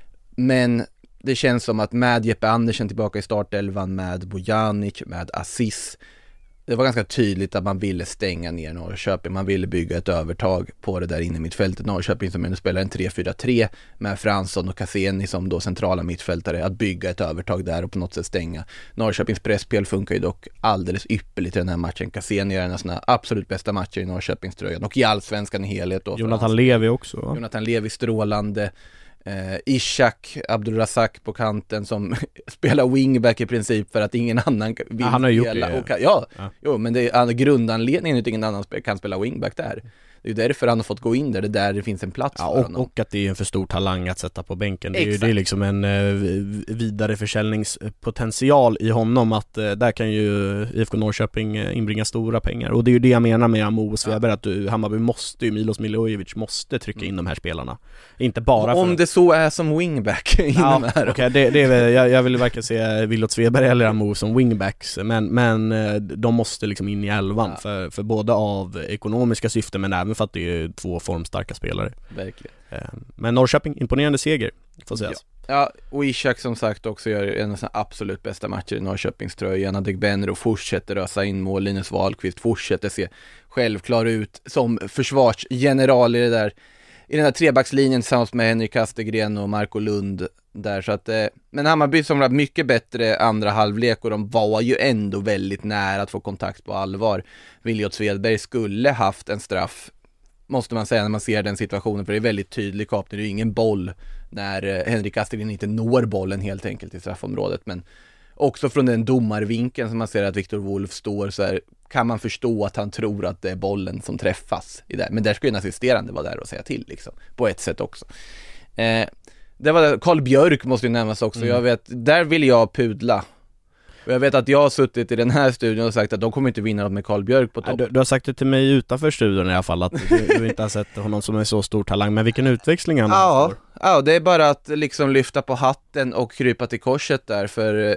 Speaker 2: Men det känns som att med Jeppe Andersen tillbaka i startelvan, med Bojanic, med Aziz, det var ganska tydligt att man ville stänga ner Norrköping. Man ville bygga ett övertag på det där inne i mittfältet. Norrköping som ändå spelar en tre fyra tre med Fransson och Cassini som då centrala mittfältare, att bygga ett övertag där och på något sätt stänga. Norrköpings presspel funkar ju dock alldeles ypperligt i den här matchen. Cassini är en av sina absolut bästa matcher i Norrköpings tröjan och i allsvenskan i helhet då.
Speaker 3: Jonathan Levi också. Va?
Speaker 2: Jonathan Levi strålande. Eh, Ishak Abdulrazak på kanten som spelar wingback i princip för att ingen annan vill
Speaker 3: ja, han har gjort
Speaker 2: spela.
Speaker 3: det.
Speaker 2: Och, ja,
Speaker 3: ja.
Speaker 2: Jo, men det är grundanledningen att ingen annan kan spela wingback där. Det är därför han har fått gå in där, det är där det finns en plats
Speaker 3: ja,
Speaker 2: för
Speaker 3: och,
Speaker 2: honom.
Speaker 3: Och att det är en för stor talang att sätta på bänken. Det är, ju, det är liksom en eh, vidare försäljningspotential i honom, att eh, där kan ju I F K Norrköping inbringa stora pengar. Och det är ju det jag menar med Amo och Sveberg, ja. Att du, Hammarby måste ju, Milos Milojevic måste trycka in mm. de här spelarna. Inte bara för...
Speaker 2: Om det så är som wingback
Speaker 3: ja, okej, okay, det, det är väl, jag, jag vill varken se Williot Sveberg eller Amo som wingbacks, men, men de måste liksom in i elvan, ja. för, för både av ekonomiska syften men även för att det är två formstarka spelare.
Speaker 2: Verkligen.
Speaker 3: Men Norrköping, imponerande seger, får sägas.
Speaker 2: Ja. Ja, och Ishak som sagt också gör en av sina absolut bästa matcher i Norrköpings tröjan. Adegbenro fortsätter ösa in mål, Linus Wahlqvist fortsätter se självklar ut som försvarsgeneral i det där, i den här trebackslinjen tillsammans med Henrik Kastegren och Marco Lund där, så att, eh, men Hammarby som var mycket bättre andra halvlek och de var ju ändå väldigt nära att få kontakt på allvar. Williot Svedberg skulle haft en straff, måste man säga, när man ser den situationen, för det är väldigt tydlig kapning, det är ingen boll när eh, Henrik Kastegren inte når bollen helt enkelt i straffområdet, men också från den domarvinkeln som man ser att Victor Wolf står så här, kan man förstå att han tror att det är bollen som träffas i det. Men där ska ju en assisterande vara där och säga till liksom, på ett sätt också. Eh, det var Carl Björk måste ju nämnas också. Mm. Jag vet, där vill jag pudla. Och jag vet att jag har suttit i den här studion och sagt att de kommer inte vinna något med Carl Björk på topp.
Speaker 3: Du, du har sagt det till mig utanför studion i alla fall, att du, du inte har sett honom som en så stor talang, men vilken utväxling han
Speaker 2: ja,
Speaker 3: får.
Speaker 2: Ja, det är bara att liksom lyfta på hatten och krypa till korset där, för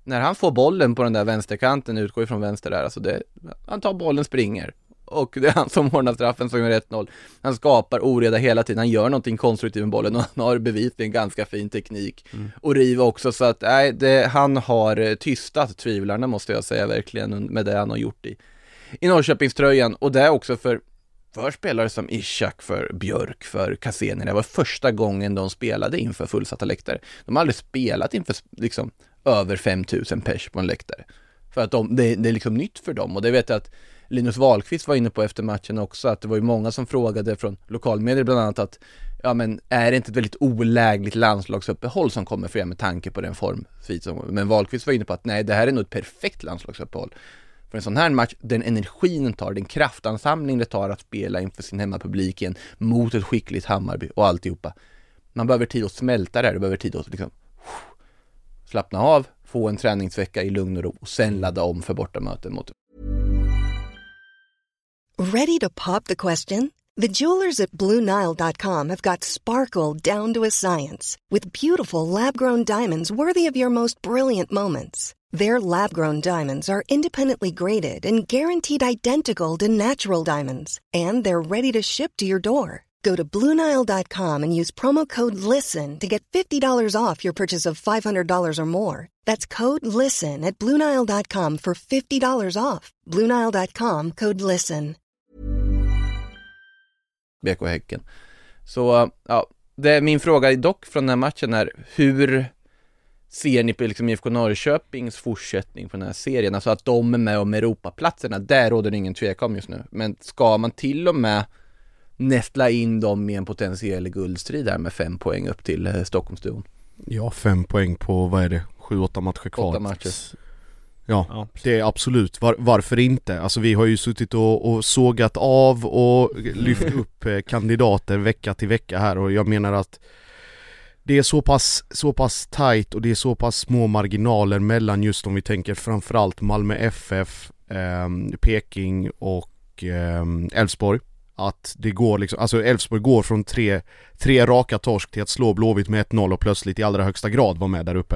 Speaker 2: när han får bollen på den där vänsterkanten, utgår ifrån vänster där, alltså det, han tar bollen, springer. Och det är han som ordnar straffen som gör ett noll. Han skapar oreda hela tiden. Han gör någonting konstruktivt med bollen och han har bevisligen ganska fin teknik. Mm. Och riva också, så att nej, det, han har tystat tvivlarna, måste jag säga verkligen, med det han har gjort i, i Norrköpingströjan. Och det är också för, för spelare som Ishak, för Björk, för Cassini. Det var första gången de spelade inför fullsatta läktare. De har aldrig spelat inför liksom över fem tusen pers på en läktare. För att de, det, det är liksom nytt för dem. Och det vet jag att Linus Wahlqvist var inne på efter matchen också, att det var ju många som frågade från lokalmedier bland annat att ja, men är det inte ett väldigt olägligt landslagsuppehåll som kommer för er med tanke på den form? Men Wahlqvist var inne på att nej, det här är nog ett perfekt landslagsuppehåll. För en sån här match, den energin den tar, den kraftansamling det tar att spela inför sin hemmapublik igen mot ett skickligt Hammarby och alltihopa. Man behöver tid att smälta det här, du behöver tid att liksom slappna av, få en träningsvecka i lugn och ro och sen ladda om för bortamöten mot.
Speaker 1: Ready to pop the question? The jewelers at Blue Nile dot com have got sparkle down to a science with beautiful lab-grown diamonds worthy of your most brilliant moments. Their lab-grown diamonds are independently graded and guaranteed identical to natural diamonds, and they're ready to ship to your door. Go to Blue Nile dot com and use promo code LISTEN to get fifty dollars off your purchase of five hundred dollars or more. That's code LISTEN at Blue Nile dot com for fifty dollars off. Blue Nile dot com, code LISTEN.
Speaker 2: B K Häcken. Så ja, det är min fråga dock från den här matchen är, hur ser ni på liksom I F K Norrköpings fortsättning på den här serien? Alltså att de är med om Europaplatserna, där råder det ingen tvekan om just nu. Men ska man till och med nästla in dem i en potentiell guldstrid där med fem poäng upp till eh, Stockholmsduon?
Speaker 4: Ja, fem poäng på, vad är det, sju, åtta matcher kvar.
Speaker 2: Åtta matcher.
Speaker 4: Ja, ja, det är absolut. Var, varför inte? Alltså vi har ju suttit och, och sågat av och lyft upp eh, kandidater vecka till vecka här, och jag menar att det är så pass, så pass tajt och det är så pass små marginaler mellan, just om vi tänker framförallt Malmö F F, eh, Peking och Elfsborg. Eh, att det går liksom, alltså Elfsborg går från tre, tre raka torsk till att slå Blåvitt med ett noll och plötsligt i allra högsta grad vara med där uppe.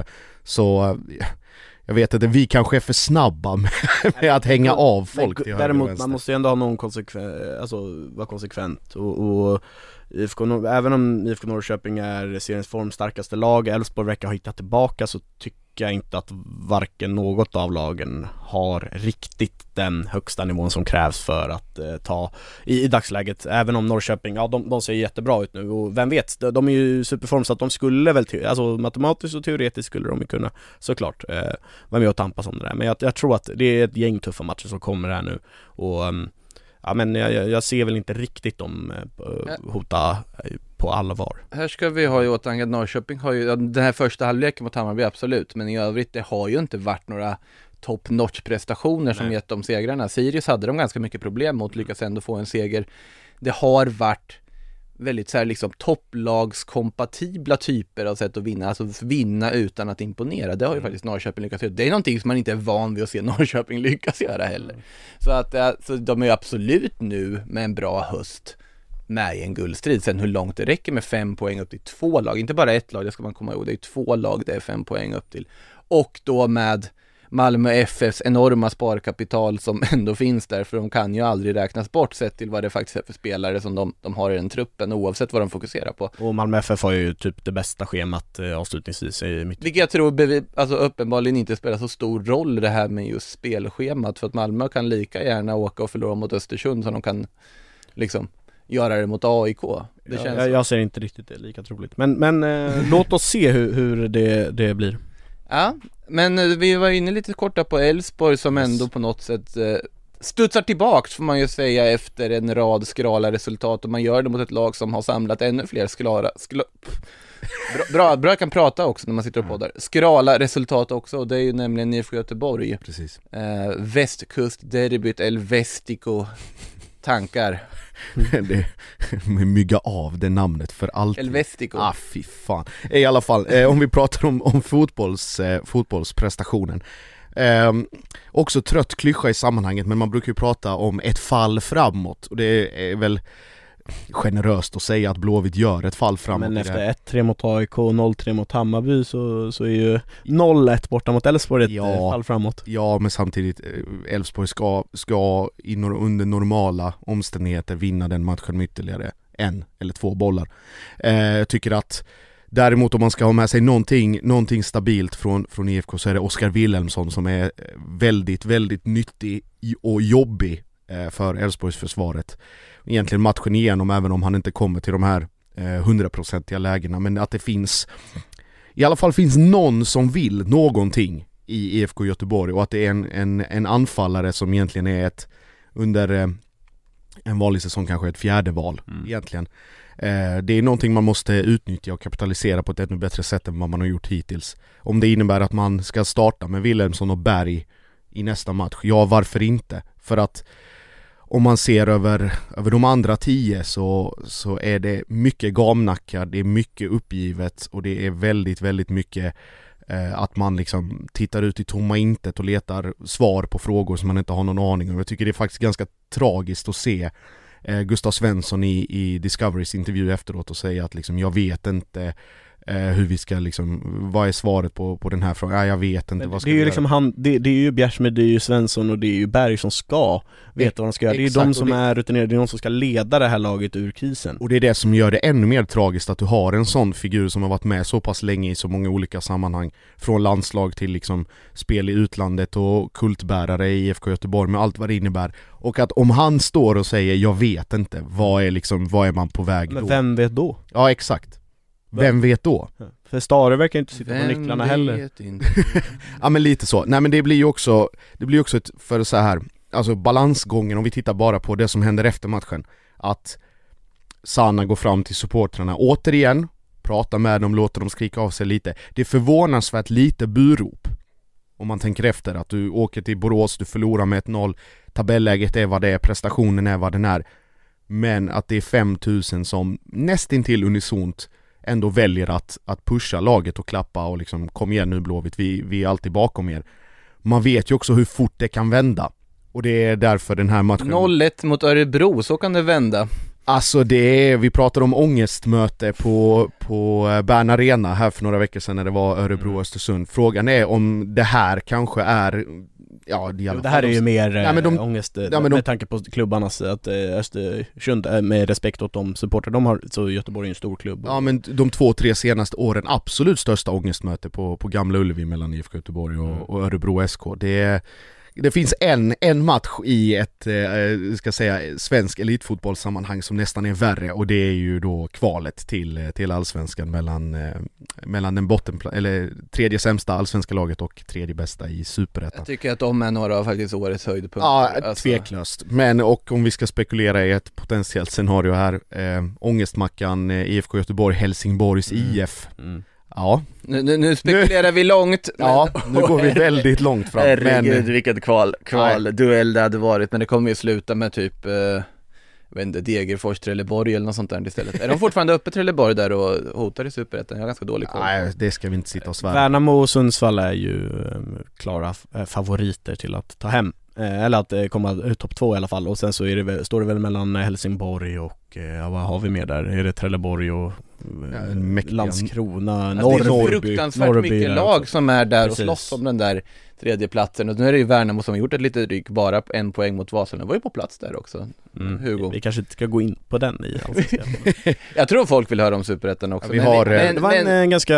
Speaker 4: Så jag vet att vi kanske är för snabba med, med att hänga av folk.
Speaker 3: Men, däremot man måste ju ändå ha någon konsekvent, alltså vara konsekvent och, och I F K, även om I F K Norrköping är seriens formstarkaste lag, Elfsborg verkar ha hittat tillbaka, så tycker jag inte att varken något av lagen har riktigt den högsta nivån som krävs för att eh, ta i, i dagsläget. Även om Norrköping, ja de, de ser jättebra ut nu, och vem vet, de, de är ju superform, så att de skulle väl, te- alltså matematiskt och teoretiskt skulle de ju kunna såklart eh, vara med och tampas om det där. Men jag, jag tror att det är ett gäng tuffa matcher som kommer här nu, och um, ja, men jag, jag ser väl inte riktigt dem eh, hota på allvar.
Speaker 2: Här ska vi ha i åtanke att Norrköping har ju, den här första halvleken mot Hammarby absolut, men i övrigt det har ju inte varit några top-notch prestationer som gett dem segrarna. Sirius hade de ganska mycket problem mot, lyckas ändå få en seger. Det har varit väldigt så här liksom topplagskompatibla typer av sätt att vinna, alltså vinna utan att imponera. Det har ju faktiskt Norrköping lyckats göra. Det är någonting som man inte är van vid att se Norrköping lyckas göra heller. Så att så de är ju absolut nu med en bra höst med i en guldstrid. Sen hur långt det räcker med fem poäng upp till två lag, inte bara ett lag, det ska man komma ihåg, det är två lag det är fem poäng upp till. Och då med Malmö F F:s enorma sparkapital som ändå finns där, för de kan ju aldrig räknas bort sett till vad det faktiskt är för spelare som de, de har i den truppen, oavsett vad de fokuserar på.
Speaker 3: Och Malmö F F har ju typ det bästa schemat eh, avslutningsvis i mitt...
Speaker 2: Vilket jag tror bevi- alltså uppenbarligen inte spelar så stor roll det här med just spelschemat, för att Malmö kan lika gärna åka och förlora mot Östersund som de kan liksom göra det mot A I K. Det
Speaker 3: ja,
Speaker 2: känns
Speaker 3: jag, jag ser inte riktigt det lika troligt. Men, men eh, låt oss se hur, hur det, det blir.
Speaker 2: Ja, men vi var inne lite korta på Elfsborg som
Speaker 3: yes.
Speaker 2: ändå på något sätt eh, studsar tillbaks, får man ju säga, efter en rad skrala resultat, och man gör det mot ett lag som har samlat ännu fler skrala skla, bra, bra, bra kan prata också när man sitter och poddar. Skrala resultat också, och det är ju nämligen I F K Göteborg.
Speaker 4: Precis.
Speaker 2: Eh, västkustderbyt El Vestico tankar.
Speaker 4: Det mygga av det namnet för allt.
Speaker 2: El Vestico.
Speaker 4: Ah, fy fan. I alla fall, eh, om vi pratar om, om fotbolls, eh, fotbollsprestationen. Eh, också trött klyscha i sammanhanget, men man brukar ju prata om ett fall framåt. Och det är väl generöst att säga att Blåvitt gör ett fall framåt.
Speaker 3: Men efter ett tre mot A I K och noll tre mot Hammarby så, så är ju noll ett borta mot Elfsborg ett
Speaker 4: ja,
Speaker 3: fall framåt.
Speaker 4: Ja, men samtidigt Elfsborg ska, ska in under normala omständigheter vinna den matchen med ytterligare en eller två bollar. Eh, jag tycker att däremot om man ska ha med sig någonting, någonting stabilt från, från I F K så är det Oskar Wilhelmsson som är väldigt, väldigt nyttig och jobbig eh, för Elfsborgs försvaret. Egentligen matchen igenom, även om han inte kommer till de här hundraprocentiga eh, lägena, men att det finns i alla fall finns någon som vill någonting i I F K Göteborg, och att det är en, en, en anfallare som egentligen är ett under eh, en vanlig säsong kanske ett fjärde val mm. egentligen. Eh, det är någonting man måste utnyttja och kapitalisera på ett ännu bättre sätt än vad man har gjort hittills. Om det innebär att man ska starta med Wilhelmsson och Berg i nästa match, ja varför inte? För att om man ser över, över de andra tio så, så är det mycket gamnackar, det är mycket uppgivet och det är väldigt, väldigt mycket eh, att man liksom tittar ut i tomma intet och letar svar på frågor som man inte har någon aning om. Jag tycker det är faktiskt ganska tragiskt att se eh, Gustav Svensson i, i Discoverys intervju efteråt och säga att liksom, jag vet inte eh, hur vi ska liksom, vad är svaret på, på den här frågan? Ja, jag vet inte. Vad ska
Speaker 3: det är ju
Speaker 4: göra?
Speaker 3: liksom han, det, det är ju Bjärsmed, det är ju Svensson och det är ju Berg som ska veta vad de ska göra. Det är ju de som det... är rutinerade, det är de som ska leda det här laget ur krisen.
Speaker 4: Och det är det som gör det ännu mer tragiskt att du har en sån figur som har varit med så pass länge i så många olika sammanhang, från landslag till liksom spel i utlandet och kultbärare i I F K Göteborg med allt vad det innebär. Och att om han står och säger jag vet inte, vad är liksom, vad är man på väg
Speaker 3: Men
Speaker 4: då?
Speaker 3: vem vet då?
Speaker 4: Ja, exakt. Vem vet då?
Speaker 3: Ja. För Stare verkar inte sitta
Speaker 2: Vem
Speaker 3: på nycklarna heller.
Speaker 2: Inte.
Speaker 4: Ja, men lite så. Nej, men det blir ju också det blir också ett, för så här, alltså balansgången, om vi tittar bara på det som händer efter matchen, att Sanna går fram till supportrarna återigen, pratar med dem, låter dem skrika av sig lite. Det är förvånansvärt lite burop. Om man tänker efter att du åker till Borås, du förlorar med ett noll, tabelläget är vad det är, prestationen är vad den är. Men att det är fem tusen som nästintill unisont ändå väljer att, att pusha laget och klappa och liksom kom igen nu Blåvitt, vi, vi är alltid bakom er. Man vet ju också hur fort det kan vända. Och det är därför den här matchen...
Speaker 2: noll ett mot Örebro, så kan det vända.
Speaker 4: Alltså det är, vi pratade om ångestmöte på, på Bern Arena här för några veckor sedan när det var Örebro-Östersund. Frågan är om det här kanske är... Ja, det,
Speaker 3: det här är ju mer
Speaker 4: ja, men de,
Speaker 3: ångest
Speaker 4: ja, men de,
Speaker 3: med tanke på klubbarnas att Östersund, med respekt åt de supporter de har, så Göteborg är en stor klubb.
Speaker 4: Ja, men de två, tre senaste åren absolut största ångestmöte på, på Gamla Ullevi mellan I F K Göteborg och, mm. och Örebro S K. Det är... Det finns en, en match i ett eh, ska säga, svensk elitfotbollssammanhang som nästan är värre, och det är ju då kvalet till, till allsvenskan mellan, eh, mellan den botten, eller tredje sämsta allsvenska laget och tredje bästa i Superettan.
Speaker 2: Jag tycker att de är några av faktiskt årets höjdpunkter.
Speaker 4: Ja,
Speaker 2: alltså.
Speaker 4: Tveklöst. Men och om vi ska spekulera i ett potentiellt scenario här, eh, ångestmackan eh, I F K Göteborg, Helsingborgs mm. I F. Mm. Ja.
Speaker 2: Nu, nu, nu spekulerar vi långt.
Speaker 4: Men... Ja, nu går vi väldigt långt fram.
Speaker 2: Herregud, men... vilket kval, kval duell det hade varit. Men det kommer ju sluta med typ, eh, jag vet inte, Degerfors, Trelleborg eller något sånt där istället. Är de fortfarande uppe Trelleborg där och hotar i Superettan? Jag har ganska dålig koll.
Speaker 4: Nej, det ska vi inte sitta och svära.
Speaker 3: Värnamo och Sundsvall är ju um, klara f- favoriter till att ta hem. Eh, eller att eh, komma uh, topp två i alla fall. Och sen så är det väl, står det väl mellan Helsingborg och, eh, vad har vi mer där? Är det Trelleborg och Ja, Landskrona,
Speaker 2: alltså
Speaker 3: Norrby,
Speaker 2: det är så fruktansvärt
Speaker 3: Norrby
Speaker 2: mycket lag också som är där. Precis. Och slåss om den där tredje platsen. Och nu är det ju Värnamo som har gjort ett litet ryck, bara en poäng mot Vasalund. Det var ju på plats där också.
Speaker 3: Mm. Hugo. Vi kanske inte ska gå in på den i
Speaker 2: Jag tror folk vill höra om Superettan också.
Speaker 4: Ja, vi har,
Speaker 2: men, men,
Speaker 3: det var en,
Speaker 2: men...
Speaker 3: en ganska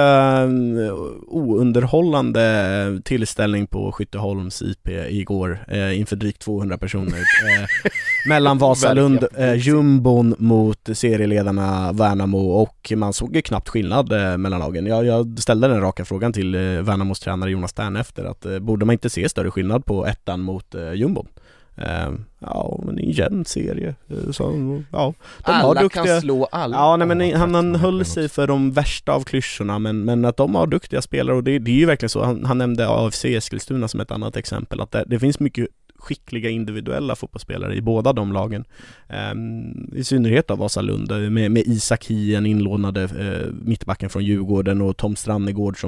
Speaker 3: ounderhållande tillställning på Skytteholms I P igår eh, inför drygt tvåhundra personer eh, mellan Vasalund, eh, jumbon mot serieledarna Värnamo, och man såg ju knappt skillnad eh, mellan lagen. Jag, jag ställde den raka frågan till eh, Värnamos tränare Jonas Stern efter att eh, borde man inte se större skillnad på ettan mot eh, jumbon? Uh, ja, men en jämn serie. Så, ja, de
Speaker 2: alla
Speaker 3: har duktiga...
Speaker 2: kan slå alla.
Speaker 3: Ja, nej, men ja, han, han höll sig för de värsta av klyschorna, men, men att de har duktiga spelare, och det, det är ju verkligen så. Han, han nämnde A F C Eskilstuna som ett annat exempel, att det, det finns mycket skickliga individuella fotbollsspelare i båda de lagen. Um, i synnerhet av Vasalund med, med Isak Hien, inlånade uh, mittbacken från Djurgården, och Tom Strannegård som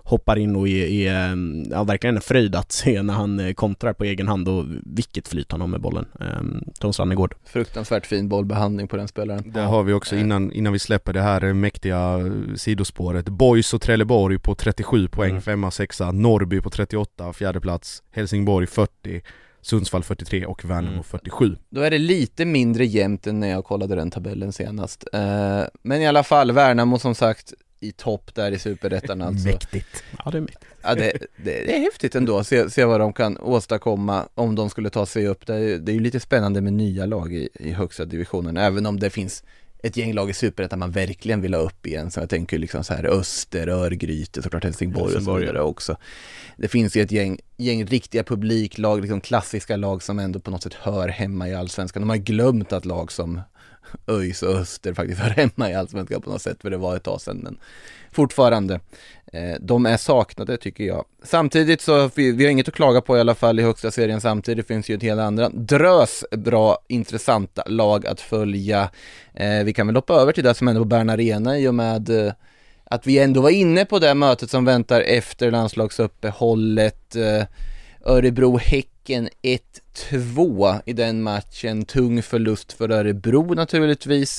Speaker 3: hoppar in och är, är ja, verkligen en fröjd att se när han kontrar på egen hand och vilket flyt han har med bollen. Tom Sannegård.
Speaker 2: Fruktansvärt fin bollbehandling på den spelaren.
Speaker 4: Där har vi också innan, innan vi släpper det här mäktiga sidospåret. Boys och Trelleborg på trettiosju poäng, mm. femma, sexa. Norrby på trettioåtta, fjärde plats. Helsingborg fyrtio. Sundsvall fyrtiotre och Värnamo mm. fyrtiosju.
Speaker 2: Då är det lite mindre jämnt än när jag kollade den tabellen senast. Eh, men i alla fall, Värnamo som sagt i topp där i Superettan alltså.
Speaker 3: Mäktigt. Ja, det är mäktigt.
Speaker 2: Ja, det, det, det är häftigt ändå att se, se vad de kan åstadkomma om de skulle ta sig upp. Det är, det är ju lite spännande med nya lag i, i högsta divisionen, även om det finns ett gäng lag i Superettan man verkligen vill ha upp igen. Så jag tänker liksom så här Öster, Örgryte, såklart Helsingborg, Helsingborg och så vidare också. Det finns ju ett gäng, gäng riktiga publiklag, liksom klassiska lag som ändå på något sätt hör hemma i Allsvenskan. De har glömt att lag som ÖIS och Öster faktiskt hör hemma i Allsvenskan på något sätt, för det var ett tag sedan, men fortfarande eh, de är saknade tycker jag. Samtidigt så vi, vi har inget att klaga på i alla fall i högsta serien. Samtidigt finns ju ett helt andra drös bra intressanta lag att följa. Eh, vi kan väl hoppa över till det som ändå på Bern Arena i och med eh, att vi ändå var inne på det mötet som väntar efter landslagsuppehållet. eh, Örebro-Häcken ett två i den matchen. Tung förlust för Örebro naturligtvis.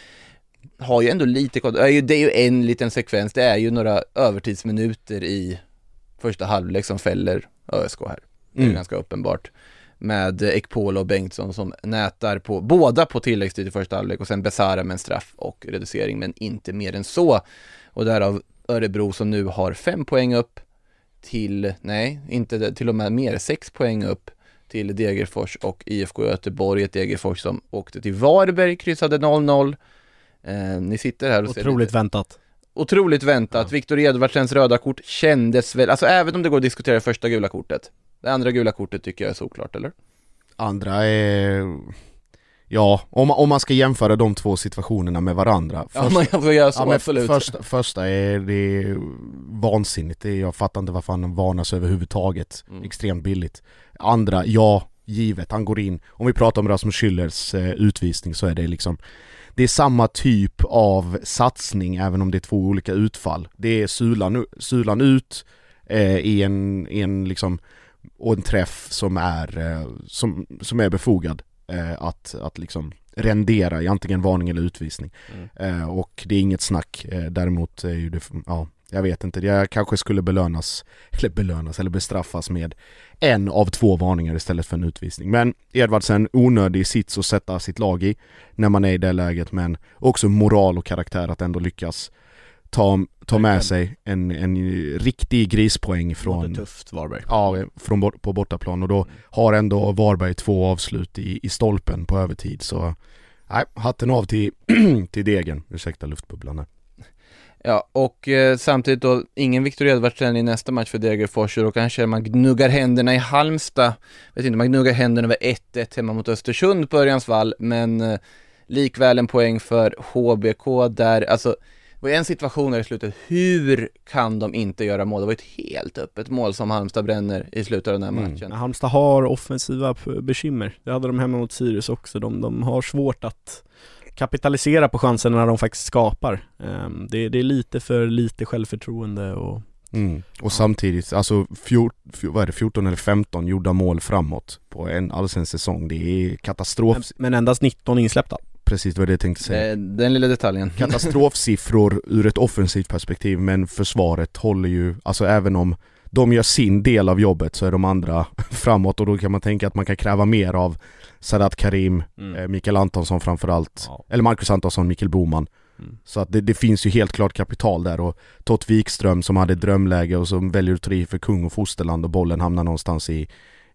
Speaker 2: Har ju ändå lite, det är ju, det är ju en liten sekvens. Det är ju några övertidsminuter i första halvlek som fäller ÖSK här. Det är mm. ganska uppenbart. Med Ekpolo och Bengtsson som nätar på båda på tilläggstid i första halvlek och sen Besara med en straff och reducering, men inte mer än så. Och därav Örebro som nu har fem poäng upp till, nej, inte till och med mer, sex poäng upp till Degerfors och I F K Göteborg. Ett Degerfors som åkte till Varberg, kryssade noll noll. Eh, ni sitter här och
Speaker 3: ser otroligt lite väntat.
Speaker 2: Otroligt väntat. Ja. Viktor Edvardsens röda kort kändes väl, alltså även om det går att diskutera det första gula kortet. Det andra gula kortet tycker jag är såklart, eller?
Speaker 4: Andra är... Ja, om, om man ska jämföra de två situationerna med varandra.
Speaker 2: Första, ja, man får göra så,
Speaker 4: ja,
Speaker 2: absolut.
Speaker 4: Första, första är det är vansinnigt. Det är, jag fattar inte varför han varnas överhuvudtaget. Mm. Extremt billigt. Andra, ja, givet. Han går in. Om vi pratar om Rasmus Schüllers eh, utvisning så är det liksom... Det är samma typ av satsning även om det är två olika utfall. Det är sulan, sulan ut eh, i en, en liksom... och en träff som är, eh, som, som är befogad. Eh, att, att liksom rendera i antingen varning eller utvisning. Mm. Eh, och det är inget snack. Eh, däremot är ju det, ja, jag vet inte. Det kanske skulle belönas eller belönas eller bestraffas med en av två varningar istället för en utvisning. Men Edvardsen onödig sits att sätta sitt lag i när man är i det läget, men också moral och karaktär att ändå lyckas ta, ta med sig en, en riktig grispoäng från
Speaker 3: tufft Varberg.
Speaker 4: Ja, från på bortaplan, och då mm. har ändå Varberg två avslut i, i stolpen på övertid, så nej, hatten av till, till Degen, ursäkta luftbubblarna.
Speaker 2: Ja, och eh, samtidigt då ingen Viktor Edvardsen i nästa match för Degerfors, och då kanske man gnuggar händerna i Halmstad. Vet inte, man gnuggar händerna över ett ett hemma mot Östersund på Örjansvall, men eh, likväl en poäng för H B K där, alltså det var en situation där i slutet, hur kan de inte göra mål? Det var ett helt öppet mål som Halmstad bränner i slutet av den här matchen.
Speaker 3: Mm. Halmstad har offensiva bekymmer. Det hade de hemma mot Sirius också. De, de har svårt att kapitalisera på chanserna när de faktiskt skapar. Um, det, det är lite för lite självförtroende och...
Speaker 4: Mm. Och samtidigt, alltså fjort, fjort, vad är det, fjorton eller femton gjorda mål framåt på en allsvensk säsong. Det är katastrof.
Speaker 3: Men, men endast nitton insläppta.
Speaker 4: Precis, det var det jag tänkte säga.
Speaker 2: Den, den lilla detaljen.
Speaker 4: Katastrofsiffror ur ett offensivt perspektiv, men försvaret håller ju, alltså även om de gör sin del av jobbet så är de andra framåt, och då kan man tänka att man kan kräva mer av Sadat Karim, mm. eh, Mikael Antonsson framförallt, ja. Eller Marcus Antonsson, Mikael Boman. Mm. Så att det, det finns ju helt klart kapital där, och Tott Wikström som hade drömläge och som väljer att ta i för kung och fosterland, och bollen hamnar någonstans i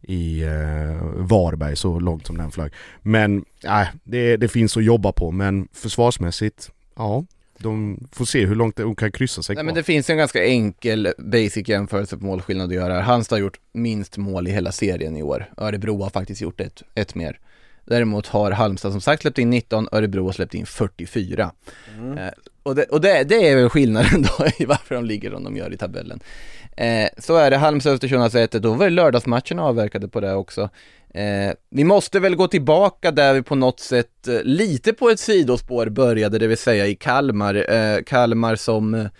Speaker 4: i eh, Varberg så långt som den flög. Men nej, äh, det, det finns att jobba på, men försvarsmässigt, ja, de får se hur långt de kan kryssa sig.
Speaker 2: Nej, men det finns en ganska enkel basic jämförelse på målskillnad att göra. Halmstad har gjort minst mål i hela serien i år. Örebro har faktiskt gjort ett, ett mer. Däremot har Halmstad som sagt släppt in nitton, Örebro har släppt in fyrtiofyra. Mm. Eh, och det, och det, det är väl skillnaden då i varför de ligger som de gör i tabellen. Eh, så är det. Halmstad Östersund har sett det. Då var lördagsmatchen avverkade på det också. Eh, vi måste väl gå tillbaka där vi på något sätt eh, lite på ett sidospår började, det vill säga i Kalmar. Eh, Kalmar som eh,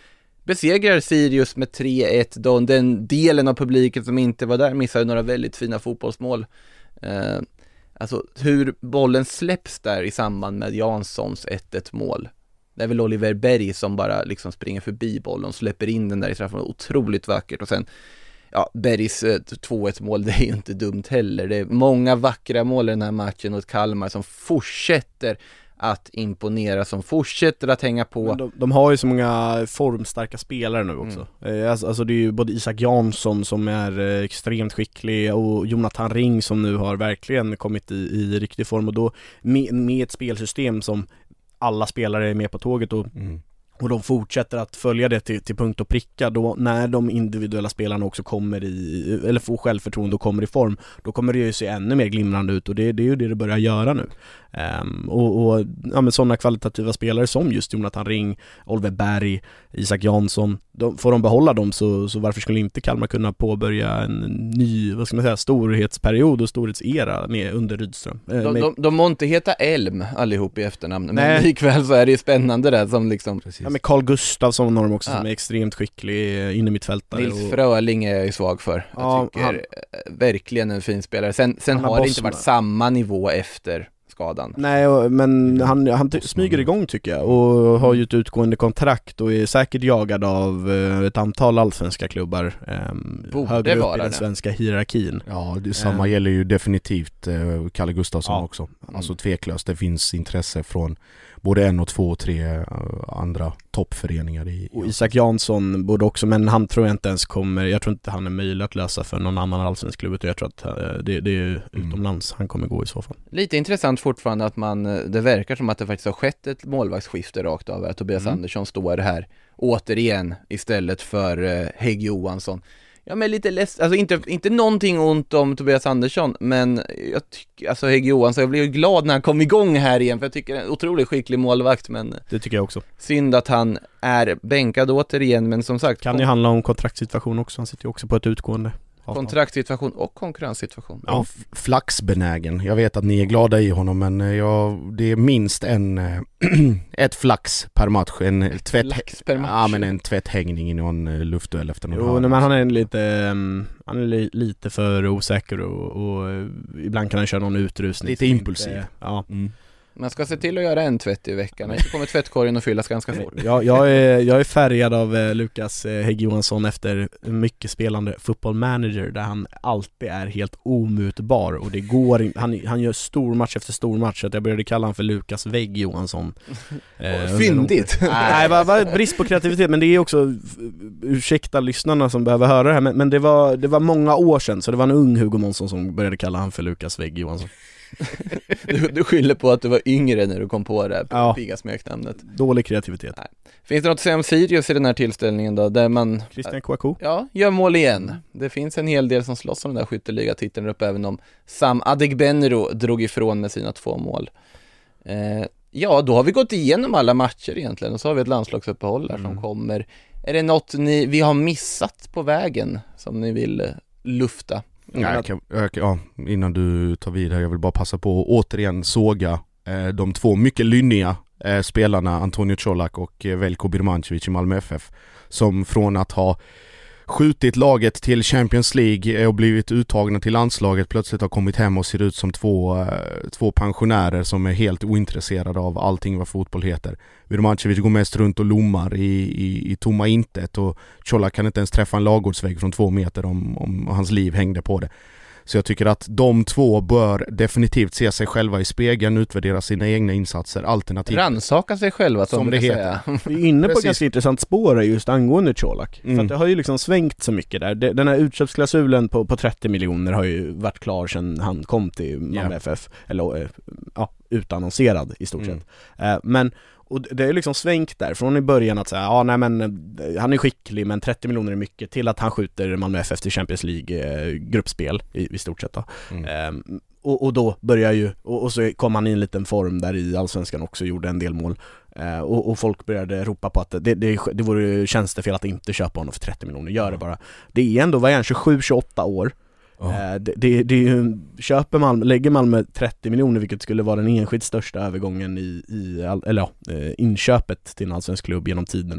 Speaker 2: besegrar Sirius med tre ett då. Den delen av publiken som inte var där missade några väldigt fina fotbollsmål. Eh, alltså hur bollen släpps där i samband med Janssons ett ett mål. Det är väl Oliver Berg som bara liksom springer förbi bollen och släpper in den där i straffen. Otroligt vackert. Och sen, ja, Bergs två ett mål, det är ju inte dumt heller. Det är många vackra mål i den här matchen och Kalmar som fortsätter att imponera, som fortsätter att hänga på.
Speaker 3: De, de har ju så många formstarka spelare nu också. Mm. Alltså, alltså det är ju både Isak Jansson som är eh, extremt skicklig och Jonathan Ring som nu har verkligen kommit i, i riktig form. Och då med, med ett spelsystem som alla spelare är med på tåget och mm. och de fortsätter att följa det till, till punkt och pricka, då när de individuella spelarna också kommer i, eller får självförtroende och kommer i form, då kommer det ju se ännu mer glimrande ut och det, det är ju det det börjar göra nu. Um, och och ja, med sådana kvalitativa spelare som just Jonathan Ring, Oliver Berg, Isak Jansson, de, får de behålla dem så, så varför skulle inte Kalmar kunna påbörja en ny, vad ska man säga, storhetsperiod och storhetsera med under Rydström. Uh,
Speaker 2: de,
Speaker 3: med...
Speaker 2: de, de må inte heta Elm allihop i efternamn, men Nej. likväl så är det ju spännande där som liksom...
Speaker 3: Precis. Ja, med Carl Gustafsson har de också ja. som är extremt skicklig inne mittfältare.
Speaker 2: Nils
Speaker 3: och...
Speaker 2: Fröling är jag ju svag för. Jag
Speaker 3: ja,
Speaker 2: tycker
Speaker 3: han...
Speaker 2: verkligen en fin spelare. Sen, sen har, har det inte varit samma nivå efter skadan.
Speaker 3: Nej, men han, han t- smyger igång tycker jag och har ju ett utgående kontrakt och är säkert jagad av eh, ett antal allsvenska klubbar eh, högre upp i den det. svenska hierarkin.
Speaker 4: Ja, det samma eh. gäller ju definitivt eh, Kalle Gustafsson ja. också. Alltså tveklöst, det finns intresse från både en och två och tre uh, andra toppföreningar i, i
Speaker 3: och Isak Jansson borde också, men han tror jag inte ens kommer, jag tror inte han är möjlig att lösa för någon annan allsvensk klubb, utan jag tror att uh, det, det är utomlands mm. han kommer gå i så fall.
Speaker 2: Lite intressant fortfarande att man, det verkar som att det faktiskt har skett ett målvaktsskifte rakt av, att Tobias mm. Andersson står här återigen istället för uh, Hägg Johansson. Ja, men lite lätt, alltså inte, inte någonting ont om Tobias Andersson, men jag tycker, alltså Hägg Johansson, jag blev ju glad när han kom igång här igen, för jag tycker det är en otroligt skicklig målvakt, men
Speaker 3: det tycker jag också.
Speaker 2: Synd att han är bänkad återigen, men som sagt...
Speaker 3: Kan ju handla om kontraktssituation också, han sitter ju också på ett utgående.
Speaker 2: Kontraktssituation och konkurrenssituation.
Speaker 4: Ja, flaxbenägen. Jag vet att ni är glada i honom, men jag, det är minst en ett flax per match, en tvätt,
Speaker 2: per match.
Speaker 4: Ja, men en tvätthängning i någon luftduell efter någon.
Speaker 3: Jo, nej, men han är lite um, han är li, lite för osäker och, och ibland kan han köra någon utrustning.
Speaker 4: Lite impulsiv.
Speaker 3: Inte, ja.
Speaker 2: Mm. Man ska se till att göra en tvätt i veckan. Så kommer tvättkorgen att fyllas ganska fort.
Speaker 3: jag, jag, är, jag är färgad av eh, Lukas eh, Hägg Johansson efter mycket spelande football manager, där han alltid är helt omutbar och det går in, han, han gör stor match efter stor match, så att jag började kalla han för Lukas Vägg Johansson.
Speaker 2: eh, Fyndigt.
Speaker 3: Nej, bara, bara brist på kreativitet, men det är också, ursäkta lyssnarna som behöver höra det här, men, men det, var, det var många år sedan, så det var en ung Hugo Månsson som började kalla han för Lukas Vägg Johansson.
Speaker 2: du, du skyller på att du var yngre när du kom på det här
Speaker 3: ja.
Speaker 2: pigga smeknamnet.
Speaker 3: Dålig kreativitet.
Speaker 2: Nej. Finns det något att säga om Sirius i den här tillställningen då? Där man
Speaker 3: Christian Kouakou
Speaker 2: ja, gör mål igen. Det finns en hel del som slåss om den där skytteligatiteln upp, även om Sam Adegbenro drog ifrån med sina två mål. Eh, ja, då har vi gått igenom alla matcher egentligen, och så har vi ett landslagsuppehåll där mm. som kommer. Är det något ni, vi har missat på vägen som ni vill lufta?
Speaker 4: Ja, jag kan, jag, ja, innan du tar vid här, jag vill bara passa på att återigen såga eh, de två mycket lynniga eh, spelarna Antonio Colak och eh, Veljko Birmancevic i Malmö F F, som från att ha skjutit laget till Champions League och blivit uttagna till landslaget plötsligt har kommit hem och ser ut som två, eh, två pensionärer som är helt ointresserade av allting vad fotboll heter. Birmancevic går mest runt och lommar i, i, i tomma intet, och Colak kan inte ens träffa en ladugårdsvägg från två meter om, om hans liv hängde på det. Så jag tycker att de två bör definitivt se sig själva i spegeln, utvärdera sina egna insatser, alternativt.
Speaker 2: Rannsaka sig själva, som, som det heter.
Speaker 3: Vi är inne på ett ganska intressant spår just angående Colak. Mm. För att det har ju liksom svängt så mycket där. Den här utköpsklausulen på, på trettio miljoner har ju varit klar sedan han kom till Malmö yeah. F F. Eller ja, utannonserad i stort mm. sett. Men och det är liksom svängt där från i början att säga ja nej men han är skicklig men trettio miljoner är mycket, till att han skjuter Malmö F F till Champions League eh, gruppspel i, i stort sett då. Mm. Um, och, och då börjar ju och, och så kom han i en liten form där i Allsvenskan också, gjorde en del mål. Uh, och, och folk började ropa på att det, det, det vore tjänstefel att inte köpa honom för trettio miljoner, gör det bara. Det är ändå, vad är han, tjugosju tjugoåtta år. Oh. Det, det, det är ju, köper Malmö, lägger Malmö trettio miljoner, vilket skulle vara den enskilt största övergången i, i eller ja, inköpet till en allsvensk klubb genom tiderna.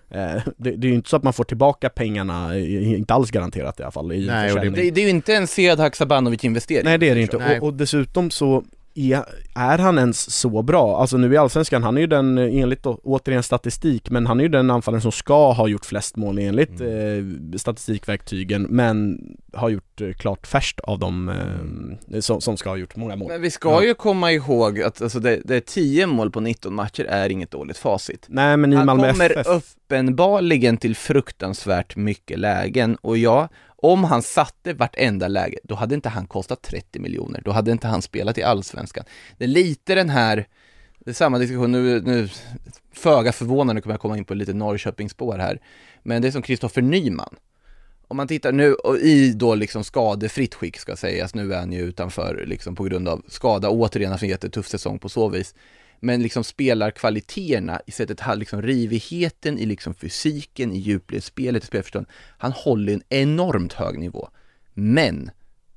Speaker 3: Eh, det, det är ju inte så att man får tillbaka pengarna, inte alls garanterat i alla fall. I
Speaker 4: Nej, och det,
Speaker 2: det, det är ju inte en Sead Haksabanovic-investering.
Speaker 3: Nej, det är det inte. Och, och dessutom så är, är han ens så bra? Alltså nu i Allsvenskan, han är ju den, enligt då, återigen statistik, men han är ju den anfallaren som ska ha gjort flest mål enligt mm. eh, statistikverktygen, men har gjort eh, klart färst av dem eh, som, som ska ha gjort många mål.
Speaker 2: Men vi ska ja. ju komma ihåg att alltså, det, det är tio mål på nitton matcher är inget dåligt facit.
Speaker 3: Nej, men i
Speaker 2: han
Speaker 3: Malmö
Speaker 2: kommer
Speaker 3: F F...
Speaker 2: uppenbarligen till fruktansvärt mycket lägen, och ja, om han satte vartenda läge, då hade inte han kostat trettio miljoner. Då hade inte han spelat i Allsvenskan. Det är lite den här, det är samma diskussion, nu, nu föga förvånande kommer jag komma in på lite Norrköpingsspår här. Men det är som Kristoffer Nyman. Om man tittar nu, och i då liksom skadefritt skick ska sägas, nu är han ju utanför liksom på grund av skada, återigen har en jättetuff säsong på så vis. Men liksom spelar kvaliteterna i sättet, liksom rivigheten i liksom fysiken, i djupledsspelet, i spelförstånd. Han håller en enormt hög nivå. Men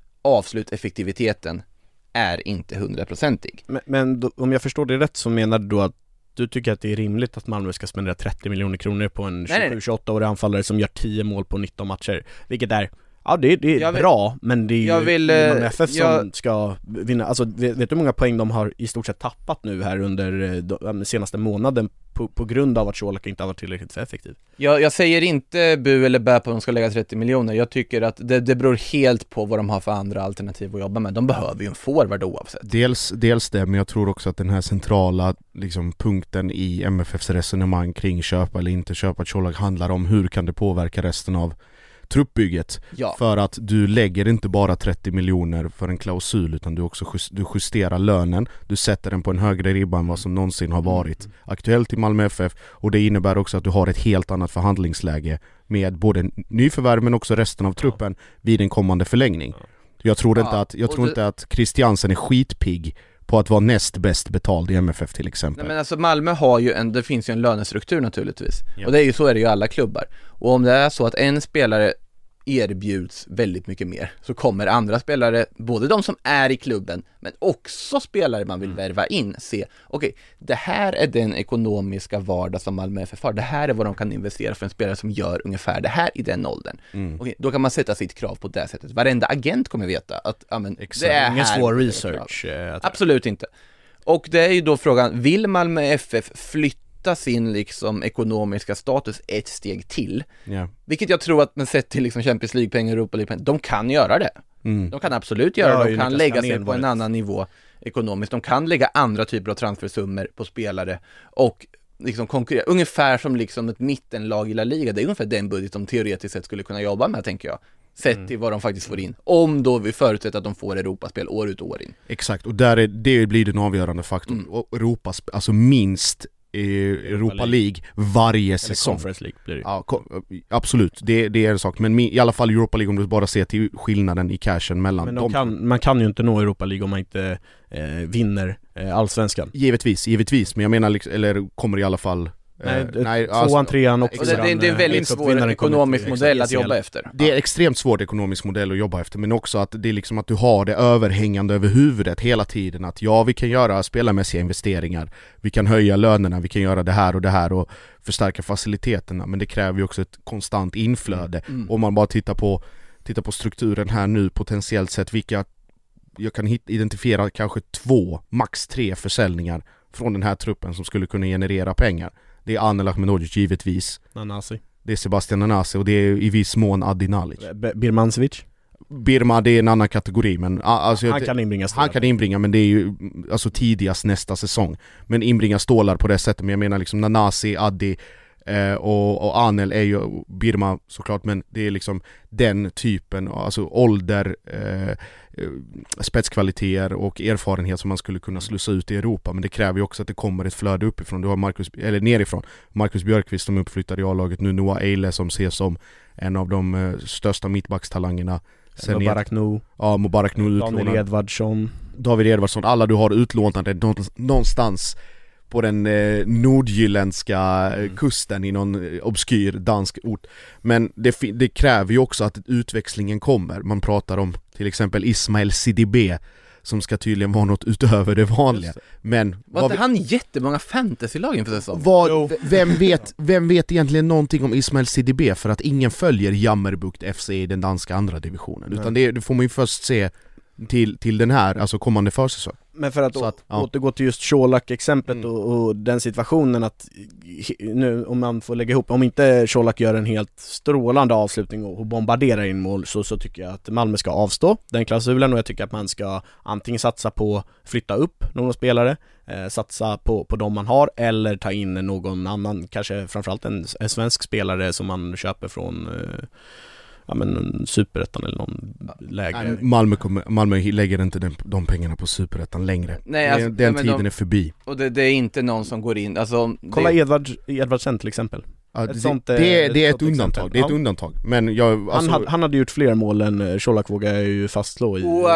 Speaker 2: avsluteffektiviteten är inte hundraprocentig.
Speaker 3: Men, men då, om jag förstår det rätt så menar du då att du tycker att det är rimligt att Malmö ska spendera trettio miljoner kronor på en tjugosju tjugoåtta-årig anfallare som gör tio mål på nitton matcher. Vilket är, ja det, det är vill, bra, men det är ju
Speaker 2: vill,
Speaker 3: Malmö F F som
Speaker 2: jag,
Speaker 3: ska vinna. Alltså vet, vet du hur många poäng de har i stort sett tappat nu här under de senaste månaden på, på grund av att Colak inte har varit tillräckligt för effektiv?
Speaker 2: Jag, jag säger inte bu eller bä på att de ska lägga trettio miljoner. Jag tycker att det, det beror helt på vad de har för andra alternativ att jobba med. De behöver ju en forward oavsett.
Speaker 4: Dels, dels det, men jag tror också att den här centrala liksom, punkten i M F F:s resonemang kring köpa eller inte köpa Colak handlar om hur kan det påverka resten av truppbygget.
Speaker 2: Ja.
Speaker 4: För att du lägger inte bara trettio miljoner för en klausul, utan du också just, du justerar lönen, du sätter den på en högre ribba än vad som någonsin har varit mm. aktuellt i Malmö F F, och det innebär också att du har ett helt annat förhandlingsläge med både nyförvärv men också resten av truppen ja. vid en kommande förlängning. Jag tror
Speaker 2: ja.
Speaker 4: inte att jag tror
Speaker 2: det...
Speaker 4: inte att Christiansen är skitpigg på att vara näst bäst betald i M F F till exempel.
Speaker 2: Nej, men alltså Malmö har ju en, det finns ju en lönestruktur naturligtvis.
Speaker 4: Ja.
Speaker 2: Och det är ju så är det ju alla klubbar. Och om det är så att en spelare erbjuds väldigt mycket mer, så kommer andra spelare, både de som är i klubben men också spelare man vill mm. värva in, se, okej, okay, det här är den ekonomiska vardag som Malmö F F har, det här är vad de kan investera för en spelare som gör ungefär det här i den åldern. Mm. Okej, okay, då kan man sätta sitt krav på det sättet. Varenda agent kommer veta att ja, men, det är
Speaker 3: ingen
Speaker 2: här
Speaker 3: svår research.
Speaker 2: Absolut inte. Och det är ju då frågan, vill Malmö F F flytta sin liksom ekonomiska status ett steg till, yeah. vilket jag tror att man sett till liksom Champions League-pengar, Europa League-pengar, de kan göra det. Mm. De kan absolut göra ja, det, de kan lägga sig på en annan nivå ekonomiskt, de kan lägga andra typer av transfersummor på spelare och liksom konkurrera, ungefär som liksom ett mittenlag i La Liga, det är ungefär den budget de teoretiskt sett skulle kunna jobba med, tänker jag. Sett mm. till vad de faktiskt får in. Om då vi förutsätter att de får Europaspel år ut och år in.
Speaker 4: Exakt, och där är, det blir den avgörande faktorn. Mm. Europaspel, alltså minst i Europa League varje säsong.
Speaker 3: Conference League blir det.
Speaker 4: Ja, absolut, det, det är en sak. Men i alla fall Europa League, om du bara ser till skillnaden i cashen mellan
Speaker 3: men
Speaker 4: dem.
Speaker 3: Kan, man kan ju inte nå Europa League om man inte eh, vinner eh, Allsvenskan.
Speaker 4: Givetvis, givetvis. Men jag menar, liksom, eller kommer i alla fall
Speaker 3: Nej, nej, tvåan, alltså, trean och
Speaker 2: det, det, det är en väldigt svår ekonomisk modell att jobba efter.
Speaker 4: Det är en extremt svår ekonomisk modell att jobba efter, men också att det är liksom att du har det överhängande över huvudet hela tiden, att ja, vi kan göra spelarmässiga investeringar, vi kan höja lönerna, vi kan göra det här och det här och förstärka faciliteterna, men det kräver ju också ett konstant inflöde. Mm. Om man bara tittar på, tittar på strukturen här nu, potentiellt sett, vilka jag kan hit, identifiera kanske två, max tre försäljningar från den här truppen som skulle kunna generera pengar. Det är Anel Ahmedhodzic givetvis.
Speaker 3: Nanasi.
Speaker 4: Det är Sebastian Nanasi och det är i viss mån Adi Nalic.
Speaker 3: B- Birmancevic.
Speaker 4: Birma, det är en annan kategori, men alltså,
Speaker 3: han kan inbringa
Speaker 4: Han kan inbringa, men det är ju alltså tidigast nästa säsong. Men inbringa stålar på det sättet, men jag menar liksom Nanasi, Adi eh, och, och Anel är ju Birma såklart, men det är liksom den typen, alltså ålder, eh, spetskvaliteter och erfarenhet som man skulle kunna slussa ut i Europa, men det kräver ju också att det kommer ett flöde uppifrån. Du har Marcus, eller nerifrån, Marcus Björkqvist som uppflyttar i A-laget nu, Noah Eile som ses som en av de uh, största mittbackstalangerna.
Speaker 3: Sen Mubarak Nu,
Speaker 4: ja, Mubarak Nu,
Speaker 3: Daniel Edvardsson,
Speaker 4: David Edvardsson, alla du har utlånade någonstans på den eh, nordjylländska mm. kusten i någon eh, obskyr dansk ort. Men det, det kräver ju också att utväxlingen kommer. Man pratar om till exempel Ismail Sidibé som ska tydligen vara något utöver det vanliga. Men
Speaker 2: var inte han jättemånga fantasylag inför säsongen?
Speaker 4: Vad, vem, vet, vem vet egentligen någonting om Ismail C D B, för att ingen följer Jammerbukt F C i den danska andra divisionen, utan det, det får man ju först se till, till den här, alltså kommande försäsong.
Speaker 3: Men för att,
Speaker 4: Så att ja.
Speaker 3: återgå till just Colak-exemplet
Speaker 4: Mm.
Speaker 3: och, och den situationen att nu, om man får lägga ihop, om inte Colak gör en helt strålande avslutning och bombarderar in mål, så, så tycker jag att Malmö ska avstå den klausulen, och jag tycker att man ska antingen satsa på flytta upp någon spelare, eh, satsa på, på de man har, eller ta in någon annan, kanske framförallt en, en svensk spelare som man köper från eh, ja, men Superettan eller någon lägre.
Speaker 4: Nej, Malmö, kommer, Malmö lägger inte den, de pengarna på Superettan längre.
Speaker 2: Nej, alltså,
Speaker 4: den den
Speaker 2: men
Speaker 4: tiden
Speaker 2: de,
Speaker 4: är förbi.
Speaker 2: Och det, det är inte någon som går in, alltså,
Speaker 3: Kolla
Speaker 2: det,
Speaker 3: Edvard, Edvardsen till exempel.
Speaker 4: Ja,
Speaker 3: Ett
Speaker 4: det,
Speaker 3: sånt,
Speaker 4: det,
Speaker 3: eh,
Speaker 4: det, är
Speaker 3: ett
Speaker 4: ett
Speaker 3: sånt
Speaker 4: undantag,
Speaker 3: exempel.
Speaker 4: det är ett
Speaker 3: Ja.
Speaker 4: undantag. Men jag, alltså,
Speaker 3: Han, hade, han hade gjort fler mål än Colak, vågar jag ju fastslå i
Speaker 2: Wow,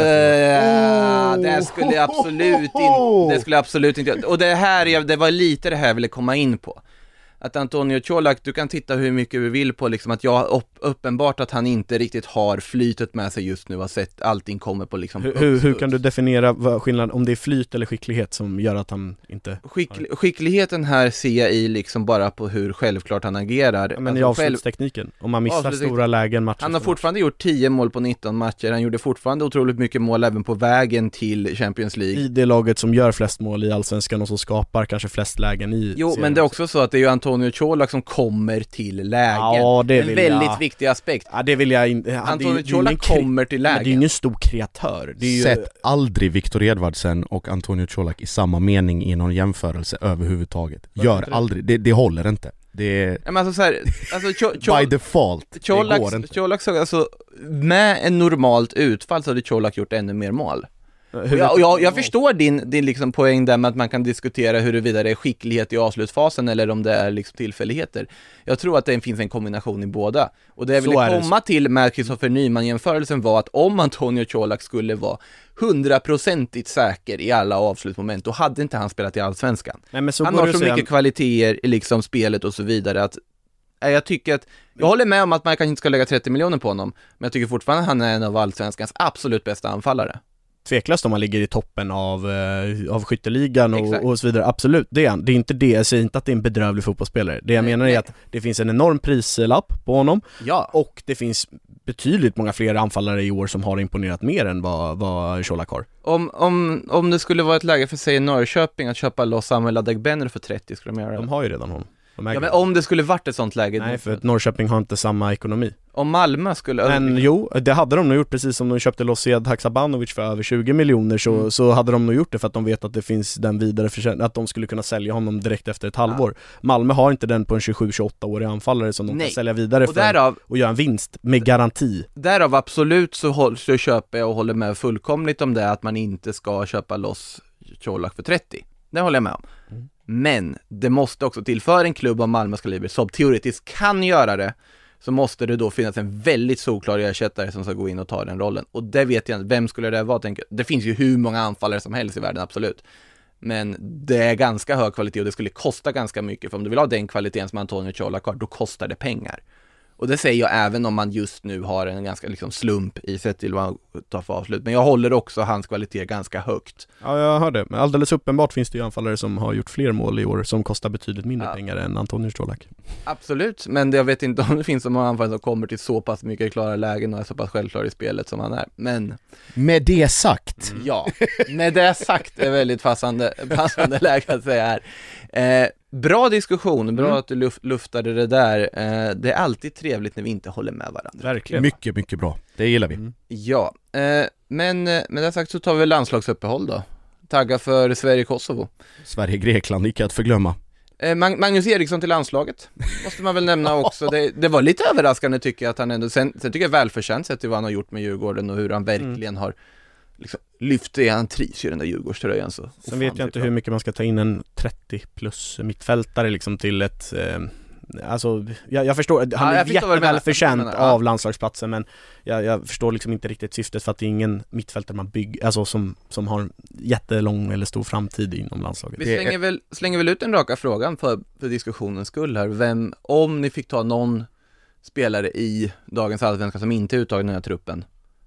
Speaker 3: Malmö.
Speaker 2: det skulle jag absolut inte, det skulle jag absolut inte, och det här, det var lite det här jag ville komma in på. Att Antonio Colak, du kan titta hur mycket du vill på liksom att jag upp, uppenbart att han inte riktigt har flytet med sig just nu, har sett allting kommer på liksom
Speaker 3: hur, hur, hur kan du definiera vad skillnad, om det är flyt eller skicklighet som gör att han inte...
Speaker 2: Skickl, skickligheten här ser jag i liksom bara på hur självklart han agerar.
Speaker 3: Ja, men
Speaker 2: alltså
Speaker 3: i avslutstekniken, om man missar
Speaker 2: avslutsteknik-
Speaker 3: stora lägen matcher.
Speaker 2: Han har fortfarande gjort tio mål på nitton matcher, han gjorde fortfarande otroligt mycket mål även på vägen till Champions League.
Speaker 3: I det laget som gör flest mål i Allsvenskan och som skapar kanske flest lägen i
Speaker 2: Jo,
Speaker 3: serien.
Speaker 2: men det är också så att det är ju Antonio Colak som kommer till lägen.
Speaker 3: Ja, det
Speaker 2: en
Speaker 3: vill
Speaker 2: väldigt
Speaker 3: jag.
Speaker 2: viktig aspekt.
Speaker 3: Ja, det vill jag inte.
Speaker 2: Antonio Colak kommer till lägen.
Speaker 3: Men det är ju ingen stor kreatör. Det är ju...
Speaker 4: Sätt aldrig Viktor Edvardsen och Antonio Colak i samma mening i någon jämförelse överhuvudtaget. Gör aldrig, det, det håller inte. Det är
Speaker 2: Ja, men alltså så här, alltså Cho- Cho-
Speaker 4: by default, det går
Speaker 2: Colak,
Speaker 4: inte.
Speaker 2: Colak så, alltså, med en normalt utfall så hade Colak gjort ännu mer mål.
Speaker 3: Hur
Speaker 2: Jag, jag, jag förstår din, din liksom poäng där med att man kan diskutera huruvida det är skicklighet i avslutsfasen eller om det är liksom tillfälligheter. Jag tror att det finns en kombination i båda. Och det jag ville komma till med Kristoffer Nyman-jämförelsen var att om Antonio Colak skulle vara hundraprocentigt säker i alla avslutsmoment, då hade inte han spelat i Allsvenskan.
Speaker 3: Nej, men så
Speaker 2: Han
Speaker 3: går
Speaker 2: har
Speaker 3: det
Speaker 2: så
Speaker 3: att säga...
Speaker 2: mycket kvaliteter i liksom spelet och så vidare att jag tycker att, jag håller med om att man kanske inte ska lägga trettio miljoner på honom, men jag tycker fortfarande att han är en av Allsvenskans absolut bästa anfallare.
Speaker 3: Tveklöst om man ligger i toppen av, eh, av skytteligan och, och så vidare, absolut, det är han. Det är inte det, jag säger inte att det är en bedrövlig fotbollsspelare. Det jag
Speaker 2: Nej,
Speaker 3: menar
Speaker 2: nej.
Speaker 3: är att det finns en enorm prislapp på honom,
Speaker 2: Ja.
Speaker 3: och det finns betydligt många fler anfallare i år som har imponerat mer än vad, vad Colak har.
Speaker 2: Om, om, om det skulle vara ett läge för sig i Norrköping att köpa loss Samuel Adegbenro för trettio, skulle de göra det?
Speaker 3: De har ju redan honom. De
Speaker 2: Ja, men om det skulle varit ett sånt läge.
Speaker 3: Nej, för att Norrköping har inte samma ekonomi.
Speaker 2: Om Malmö skulle...
Speaker 3: Men jo, det hade de nog gjort, precis som de köpte Losijad Haksabanovic för över tjugo miljoner, så, mm. så hade de nog gjort det för att de vet att det finns den vidare försäljning, att de skulle kunna sälja honom direkt efter ett halvår. Ja. Malmö har inte den på en tjugosju tjugoåtta-årig anfallare som de Nej. kan sälja vidare
Speaker 2: och
Speaker 3: för
Speaker 2: därav,
Speaker 3: och göra en vinst med garanti.
Speaker 2: Därav absolut så, håll, så köper jag och håller med fullkomligt om det, att man inte ska köpa loss Colak för trettio. Det håller jag med om. Mm. Men det måste också till, för en klubb av Malmös kaliber som teoretiskt kan göra det, så måste det då finnas en väldigt solklar ersättare som ska gå in och ta den rollen. Och det vet jag inte, vem skulle det vara? Tänker. Det finns ju hur många anfallare som helst i världen, absolut. Men det är ganska hög kvalitet och det skulle kosta ganska mycket. För om du vill ha den kvaliteten som Antonio Colak har, då kostar det pengar. Och det säger jag även om man just nu har en ganska liksom slump i sätt till vad han tar för avslut. Men jag håller också hans kvalitet ganska högt.
Speaker 3: Ja, jag hör det. Men alldeles uppenbart finns det ju anfallare som har gjort fler mål i år som kostar betydligt mindre ja. pengar än Antonio Colak.
Speaker 2: Absolut, men jag vet inte om det finns så många anfallare som kommer till så pass mycket klara lägen och är så pass självklar i spelet som han är. Men...
Speaker 4: Med det sagt.
Speaker 2: Mm. Ja, med det sagt är väldigt passande, passande läge att säga här. Eh, bra diskussion, bra mm. att du luft, luftade det där. Eh, det är alltid trevligt när vi inte håller med varandra.
Speaker 3: Verkligen.
Speaker 4: Mycket, mycket bra. Det gillar vi. Mm.
Speaker 2: Ja, eh, men med det sagt så tar vi landslagsuppehåll då. Tagga för Sverige-Kosovo.
Speaker 4: Sverige-Grekland, icke att förglömma.
Speaker 2: Eh, Magnus Eriksson till landslaget måste man väl nämna också. Det, det var lite överraskande tycker jag att han ändå, sen, sen tycker jag välförtjänt sett till vad han har gjort med Djurgården och hur han verkligen mm. har liksom lyft det, han trivs i den där Djurgårdströjan så.
Speaker 3: Sen vet jag inte bra. hur mycket man ska ta in en trettio plus mittfältare liksom till ett eh, alltså, jag, jag förstår, han ja, är jättevälförtjänt ja. av landslagsplatsen, men jag, jag förstår liksom inte riktigt syftet, för att det är ingen mittfältare man bygger, alltså som, som har jättelång eller stor framtid inom landslaget.
Speaker 2: Vi slänger väl, slänger väl ut den raka frågan för, för diskussionens skull här. Vem, om ni fick ta någon spelare i dagens allsvenska som inte är uttagen i den här truppen,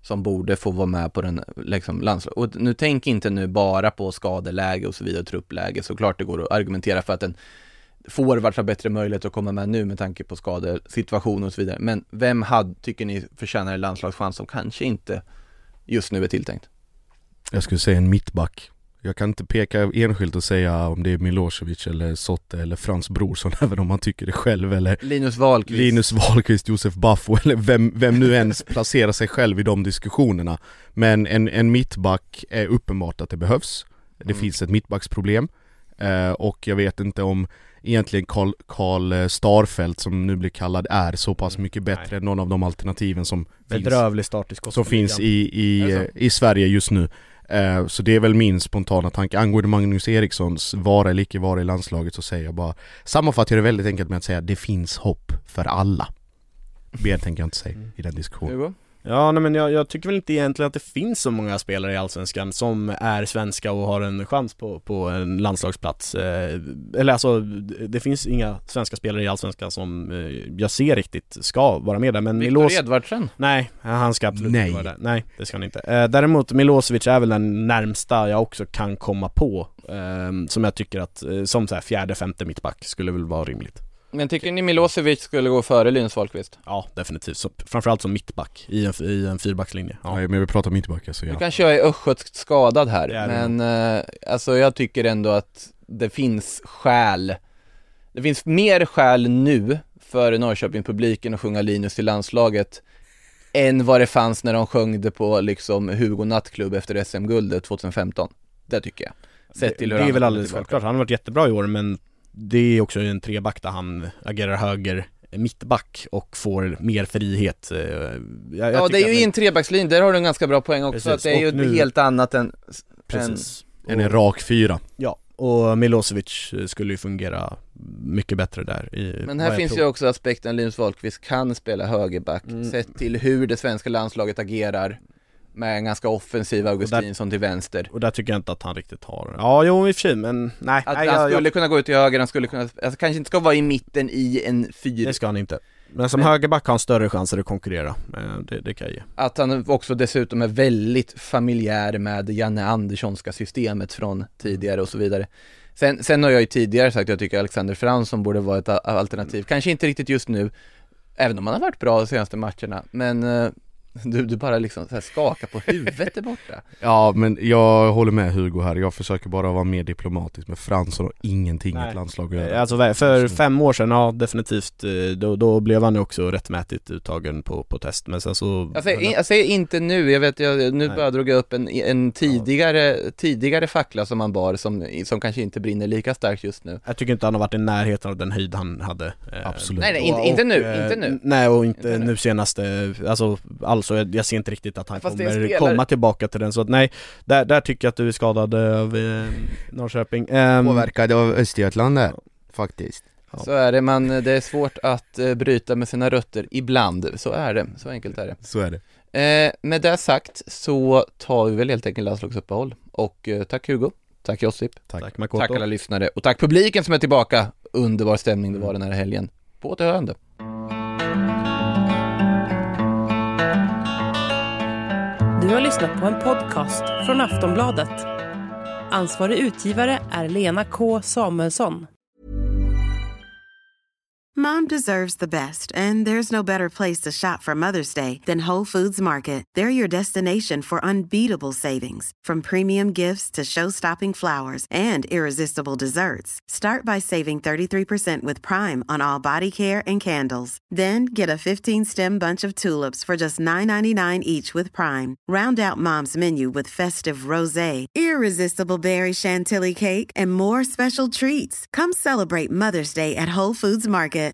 Speaker 2: som borde få vara med på den liksom, landslag. Och nu tänk inte nu bara på skadeläge och så vidare, truppläge. Såklart det går att argumentera för att en forward har bättre möjlighet att komma med nu med tanke på skadesituation och så vidare. Men vem hade, tycker ni förtjänar en landslagschans som kanske inte just nu är tilltänkt?
Speaker 4: Jag skulle säga en mittback. Jag kan inte peka enskilt och säga om det är Milosevic eller Sotte eller Frans Brorsson, även om man tycker det själv, eller
Speaker 2: Linus Wahlqvist,
Speaker 4: Linus Wahlqvist, Josef Baffo eller vem, vem nu ens placerar sig själv i de diskussionerna. Men en, en mittback är uppenbart att det behövs. Det mm. finns ett mittbacksproblem eh, och jag vet inte om egentligen Carl, Carl Starfelt, som nu blir kallad, är så pass mycket bättre Nej. än någon av de alternativen som
Speaker 3: Bedrövlig start i
Speaker 4: finns, som finns i, i, i Sverige just nu. Uh, så det är väl min spontana tanke. Angående Magnus Erikssons vara eller icke vara i landslaget, så säger jag bara, sammanfattar det väldigt enkelt med att säga att det finns hopp för alla. Mer tänker jag inte säga i den diskussionen.
Speaker 3: Ja, nej, men jag, jag tycker väl inte egentligen att det finns så många spelare i Allsvenskan som är svenska och har en chans på, på en landslagsplats. Eh, eller alltså, det finns inga svenska spelare i Allsvenskan som eh, jag ser riktigt ska vara med där. Men
Speaker 2: Viktor
Speaker 3: Milos...
Speaker 2: Edvardsen?
Speaker 3: Nej, han ska absolut
Speaker 4: nej.
Speaker 3: inte vara där. Nej, det ska han inte. Eh, däremot Milosevic är väl den närmsta jag också kan komma på. Eh, som jag tycker att, eh, som så här fjärde, femte mittback skulle väl vara rimligt.
Speaker 2: Men tycker ni Milosevic skulle gå före Linus Wahlqvist?
Speaker 3: Ja, definitivt. Så, framförallt som mittback i en, i en fyrbackslinje. Ja.
Speaker 4: Ja, men vi pratar mittback. Alltså, ja.
Speaker 2: Nu kanske jag är östgötskt skadad här,
Speaker 3: det
Speaker 2: men eh, alltså jag tycker ändå att det finns skäl. Det finns mer skäl nu för Norrköping-publiken att sjunga Linus till landslaget än vad det fanns när de sjöng det på liksom Hugo nattklubb efter S M-guldet tjugohundrafemton. Det tycker jag. Sett till
Speaker 3: det,
Speaker 2: hur
Speaker 3: det är väl alldeles självklart. Han har varit jättebra i år, men det är också en treback där han agerar höger mittback och får mer frihet. Jag, jag
Speaker 2: ja, det är ju i en trebackslinje, där har du en ganska bra poäng också. Precis. Att det är ju nu... helt annat än,
Speaker 3: Precis.
Speaker 4: än en rak fyra.
Speaker 3: Ja, och Milosevic skulle ju fungera mycket bättre där. I,
Speaker 2: Men här finns tror. ju också aspekten Linus Wahlqvist kan spela högerback, mm. sett till hur det svenska landslaget agerar. Med en ganska offensiv Augustinsson till vänster.
Speaker 3: Och där tycker jag inte att han riktigt har. Ja, jo i och för sig, men nej.
Speaker 2: Att
Speaker 3: nej,
Speaker 2: han
Speaker 3: jag,
Speaker 2: skulle
Speaker 3: jag...
Speaker 2: kunna gå ut till höger, han skulle kunna, alltså kanske inte ska vara i mitten i en fyr.
Speaker 3: Det ska han inte. Men som men... högerback har han större chanser att konkurrera. Det, det kan jag ge.
Speaker 2: Att han också dessutom är väldigt familjär med Janne Anderssonska systemet från tidigare och så vidare. Sen, sen har jag ju tidigare sagt att jag tycker Alexander Fransson borde vara ett alternativ. Kanske inte riktigt just nu, även om han har varit bra de senaste matcherna. Men... Du, du bara liksom så här skakar på huvudet där borta.
Speaker 4: Ja, men jag håller med Hugo här. Jag försöker bara vara mer diplomatisk med Fransson och ingenting i ett landslag att göra.
Speaker 3: Alltså för fem år sedan, ja definitivt, då, då blev han också rättmätigt uttagen på, på test. Men sen så...
Speaker 2: Jag säger, jag säger inte nu, jag vet, jag, nu bara drog jag upp en, en tidigare, ja. tidigare fackla som han bar som, som kanske inte brinner lika starkt just nu.
Speaker 3: Jag tycker inte han har varit i närheten av den höjd han hade.
Speaker 4: Absolut.
Speaker 2: Nej, nej inte, och, inte nu, inte nu.
Speaker 3: Nej, och inte, inte nu. nu senaste, alltså alltså jag, jag ser inte riktigt att han Fast kommer komma tillbaka till den, så att nej, där, där tycker jag att du är skadad av eh, Norrköping. Um,
Speaker 4: Påverkad av Östergötland där, faktiskt.
Speaker 2: Ja. Så är det, man, det är svårt att eh, bryta med sina rötter ibland, så är det, så enkelt är det.
Speaker 4: Så är det.
Speaker 2: Eh, med det sagt så tar vi väl helt enkelt landslagsuppehåll, och eh, tack Hugo, tack Josip,
Speaker 3: tack,
Speaker 2: tack, tack alla lyssnare, och tack publiken som är tillbaka. Underbar stämning det var den här helgen. På återhörande.
Speaker 5: Du har lyssnat på en podcast från Aftonbladet. Ansvarig utgivare är Lena K. Samuelsson.
Speaker 6: Mom deserves the best, and there's no better place to shop for Mother's Day than Whole Foods Market. They're your destination for unbeatable savings, from premium gifts to show-stopping flowers and irresistible desserts. Start by saving thirty-three percent with Prime on all body care and candles. Then get a fifteen-stem bunch of tulips for just nine ninety-nine each with Prime. Round out Mom's menu with festive rosé, irresistible berry chantilly cake, and more special treats. Come celebrate Mother's Day at Whole Foods Market.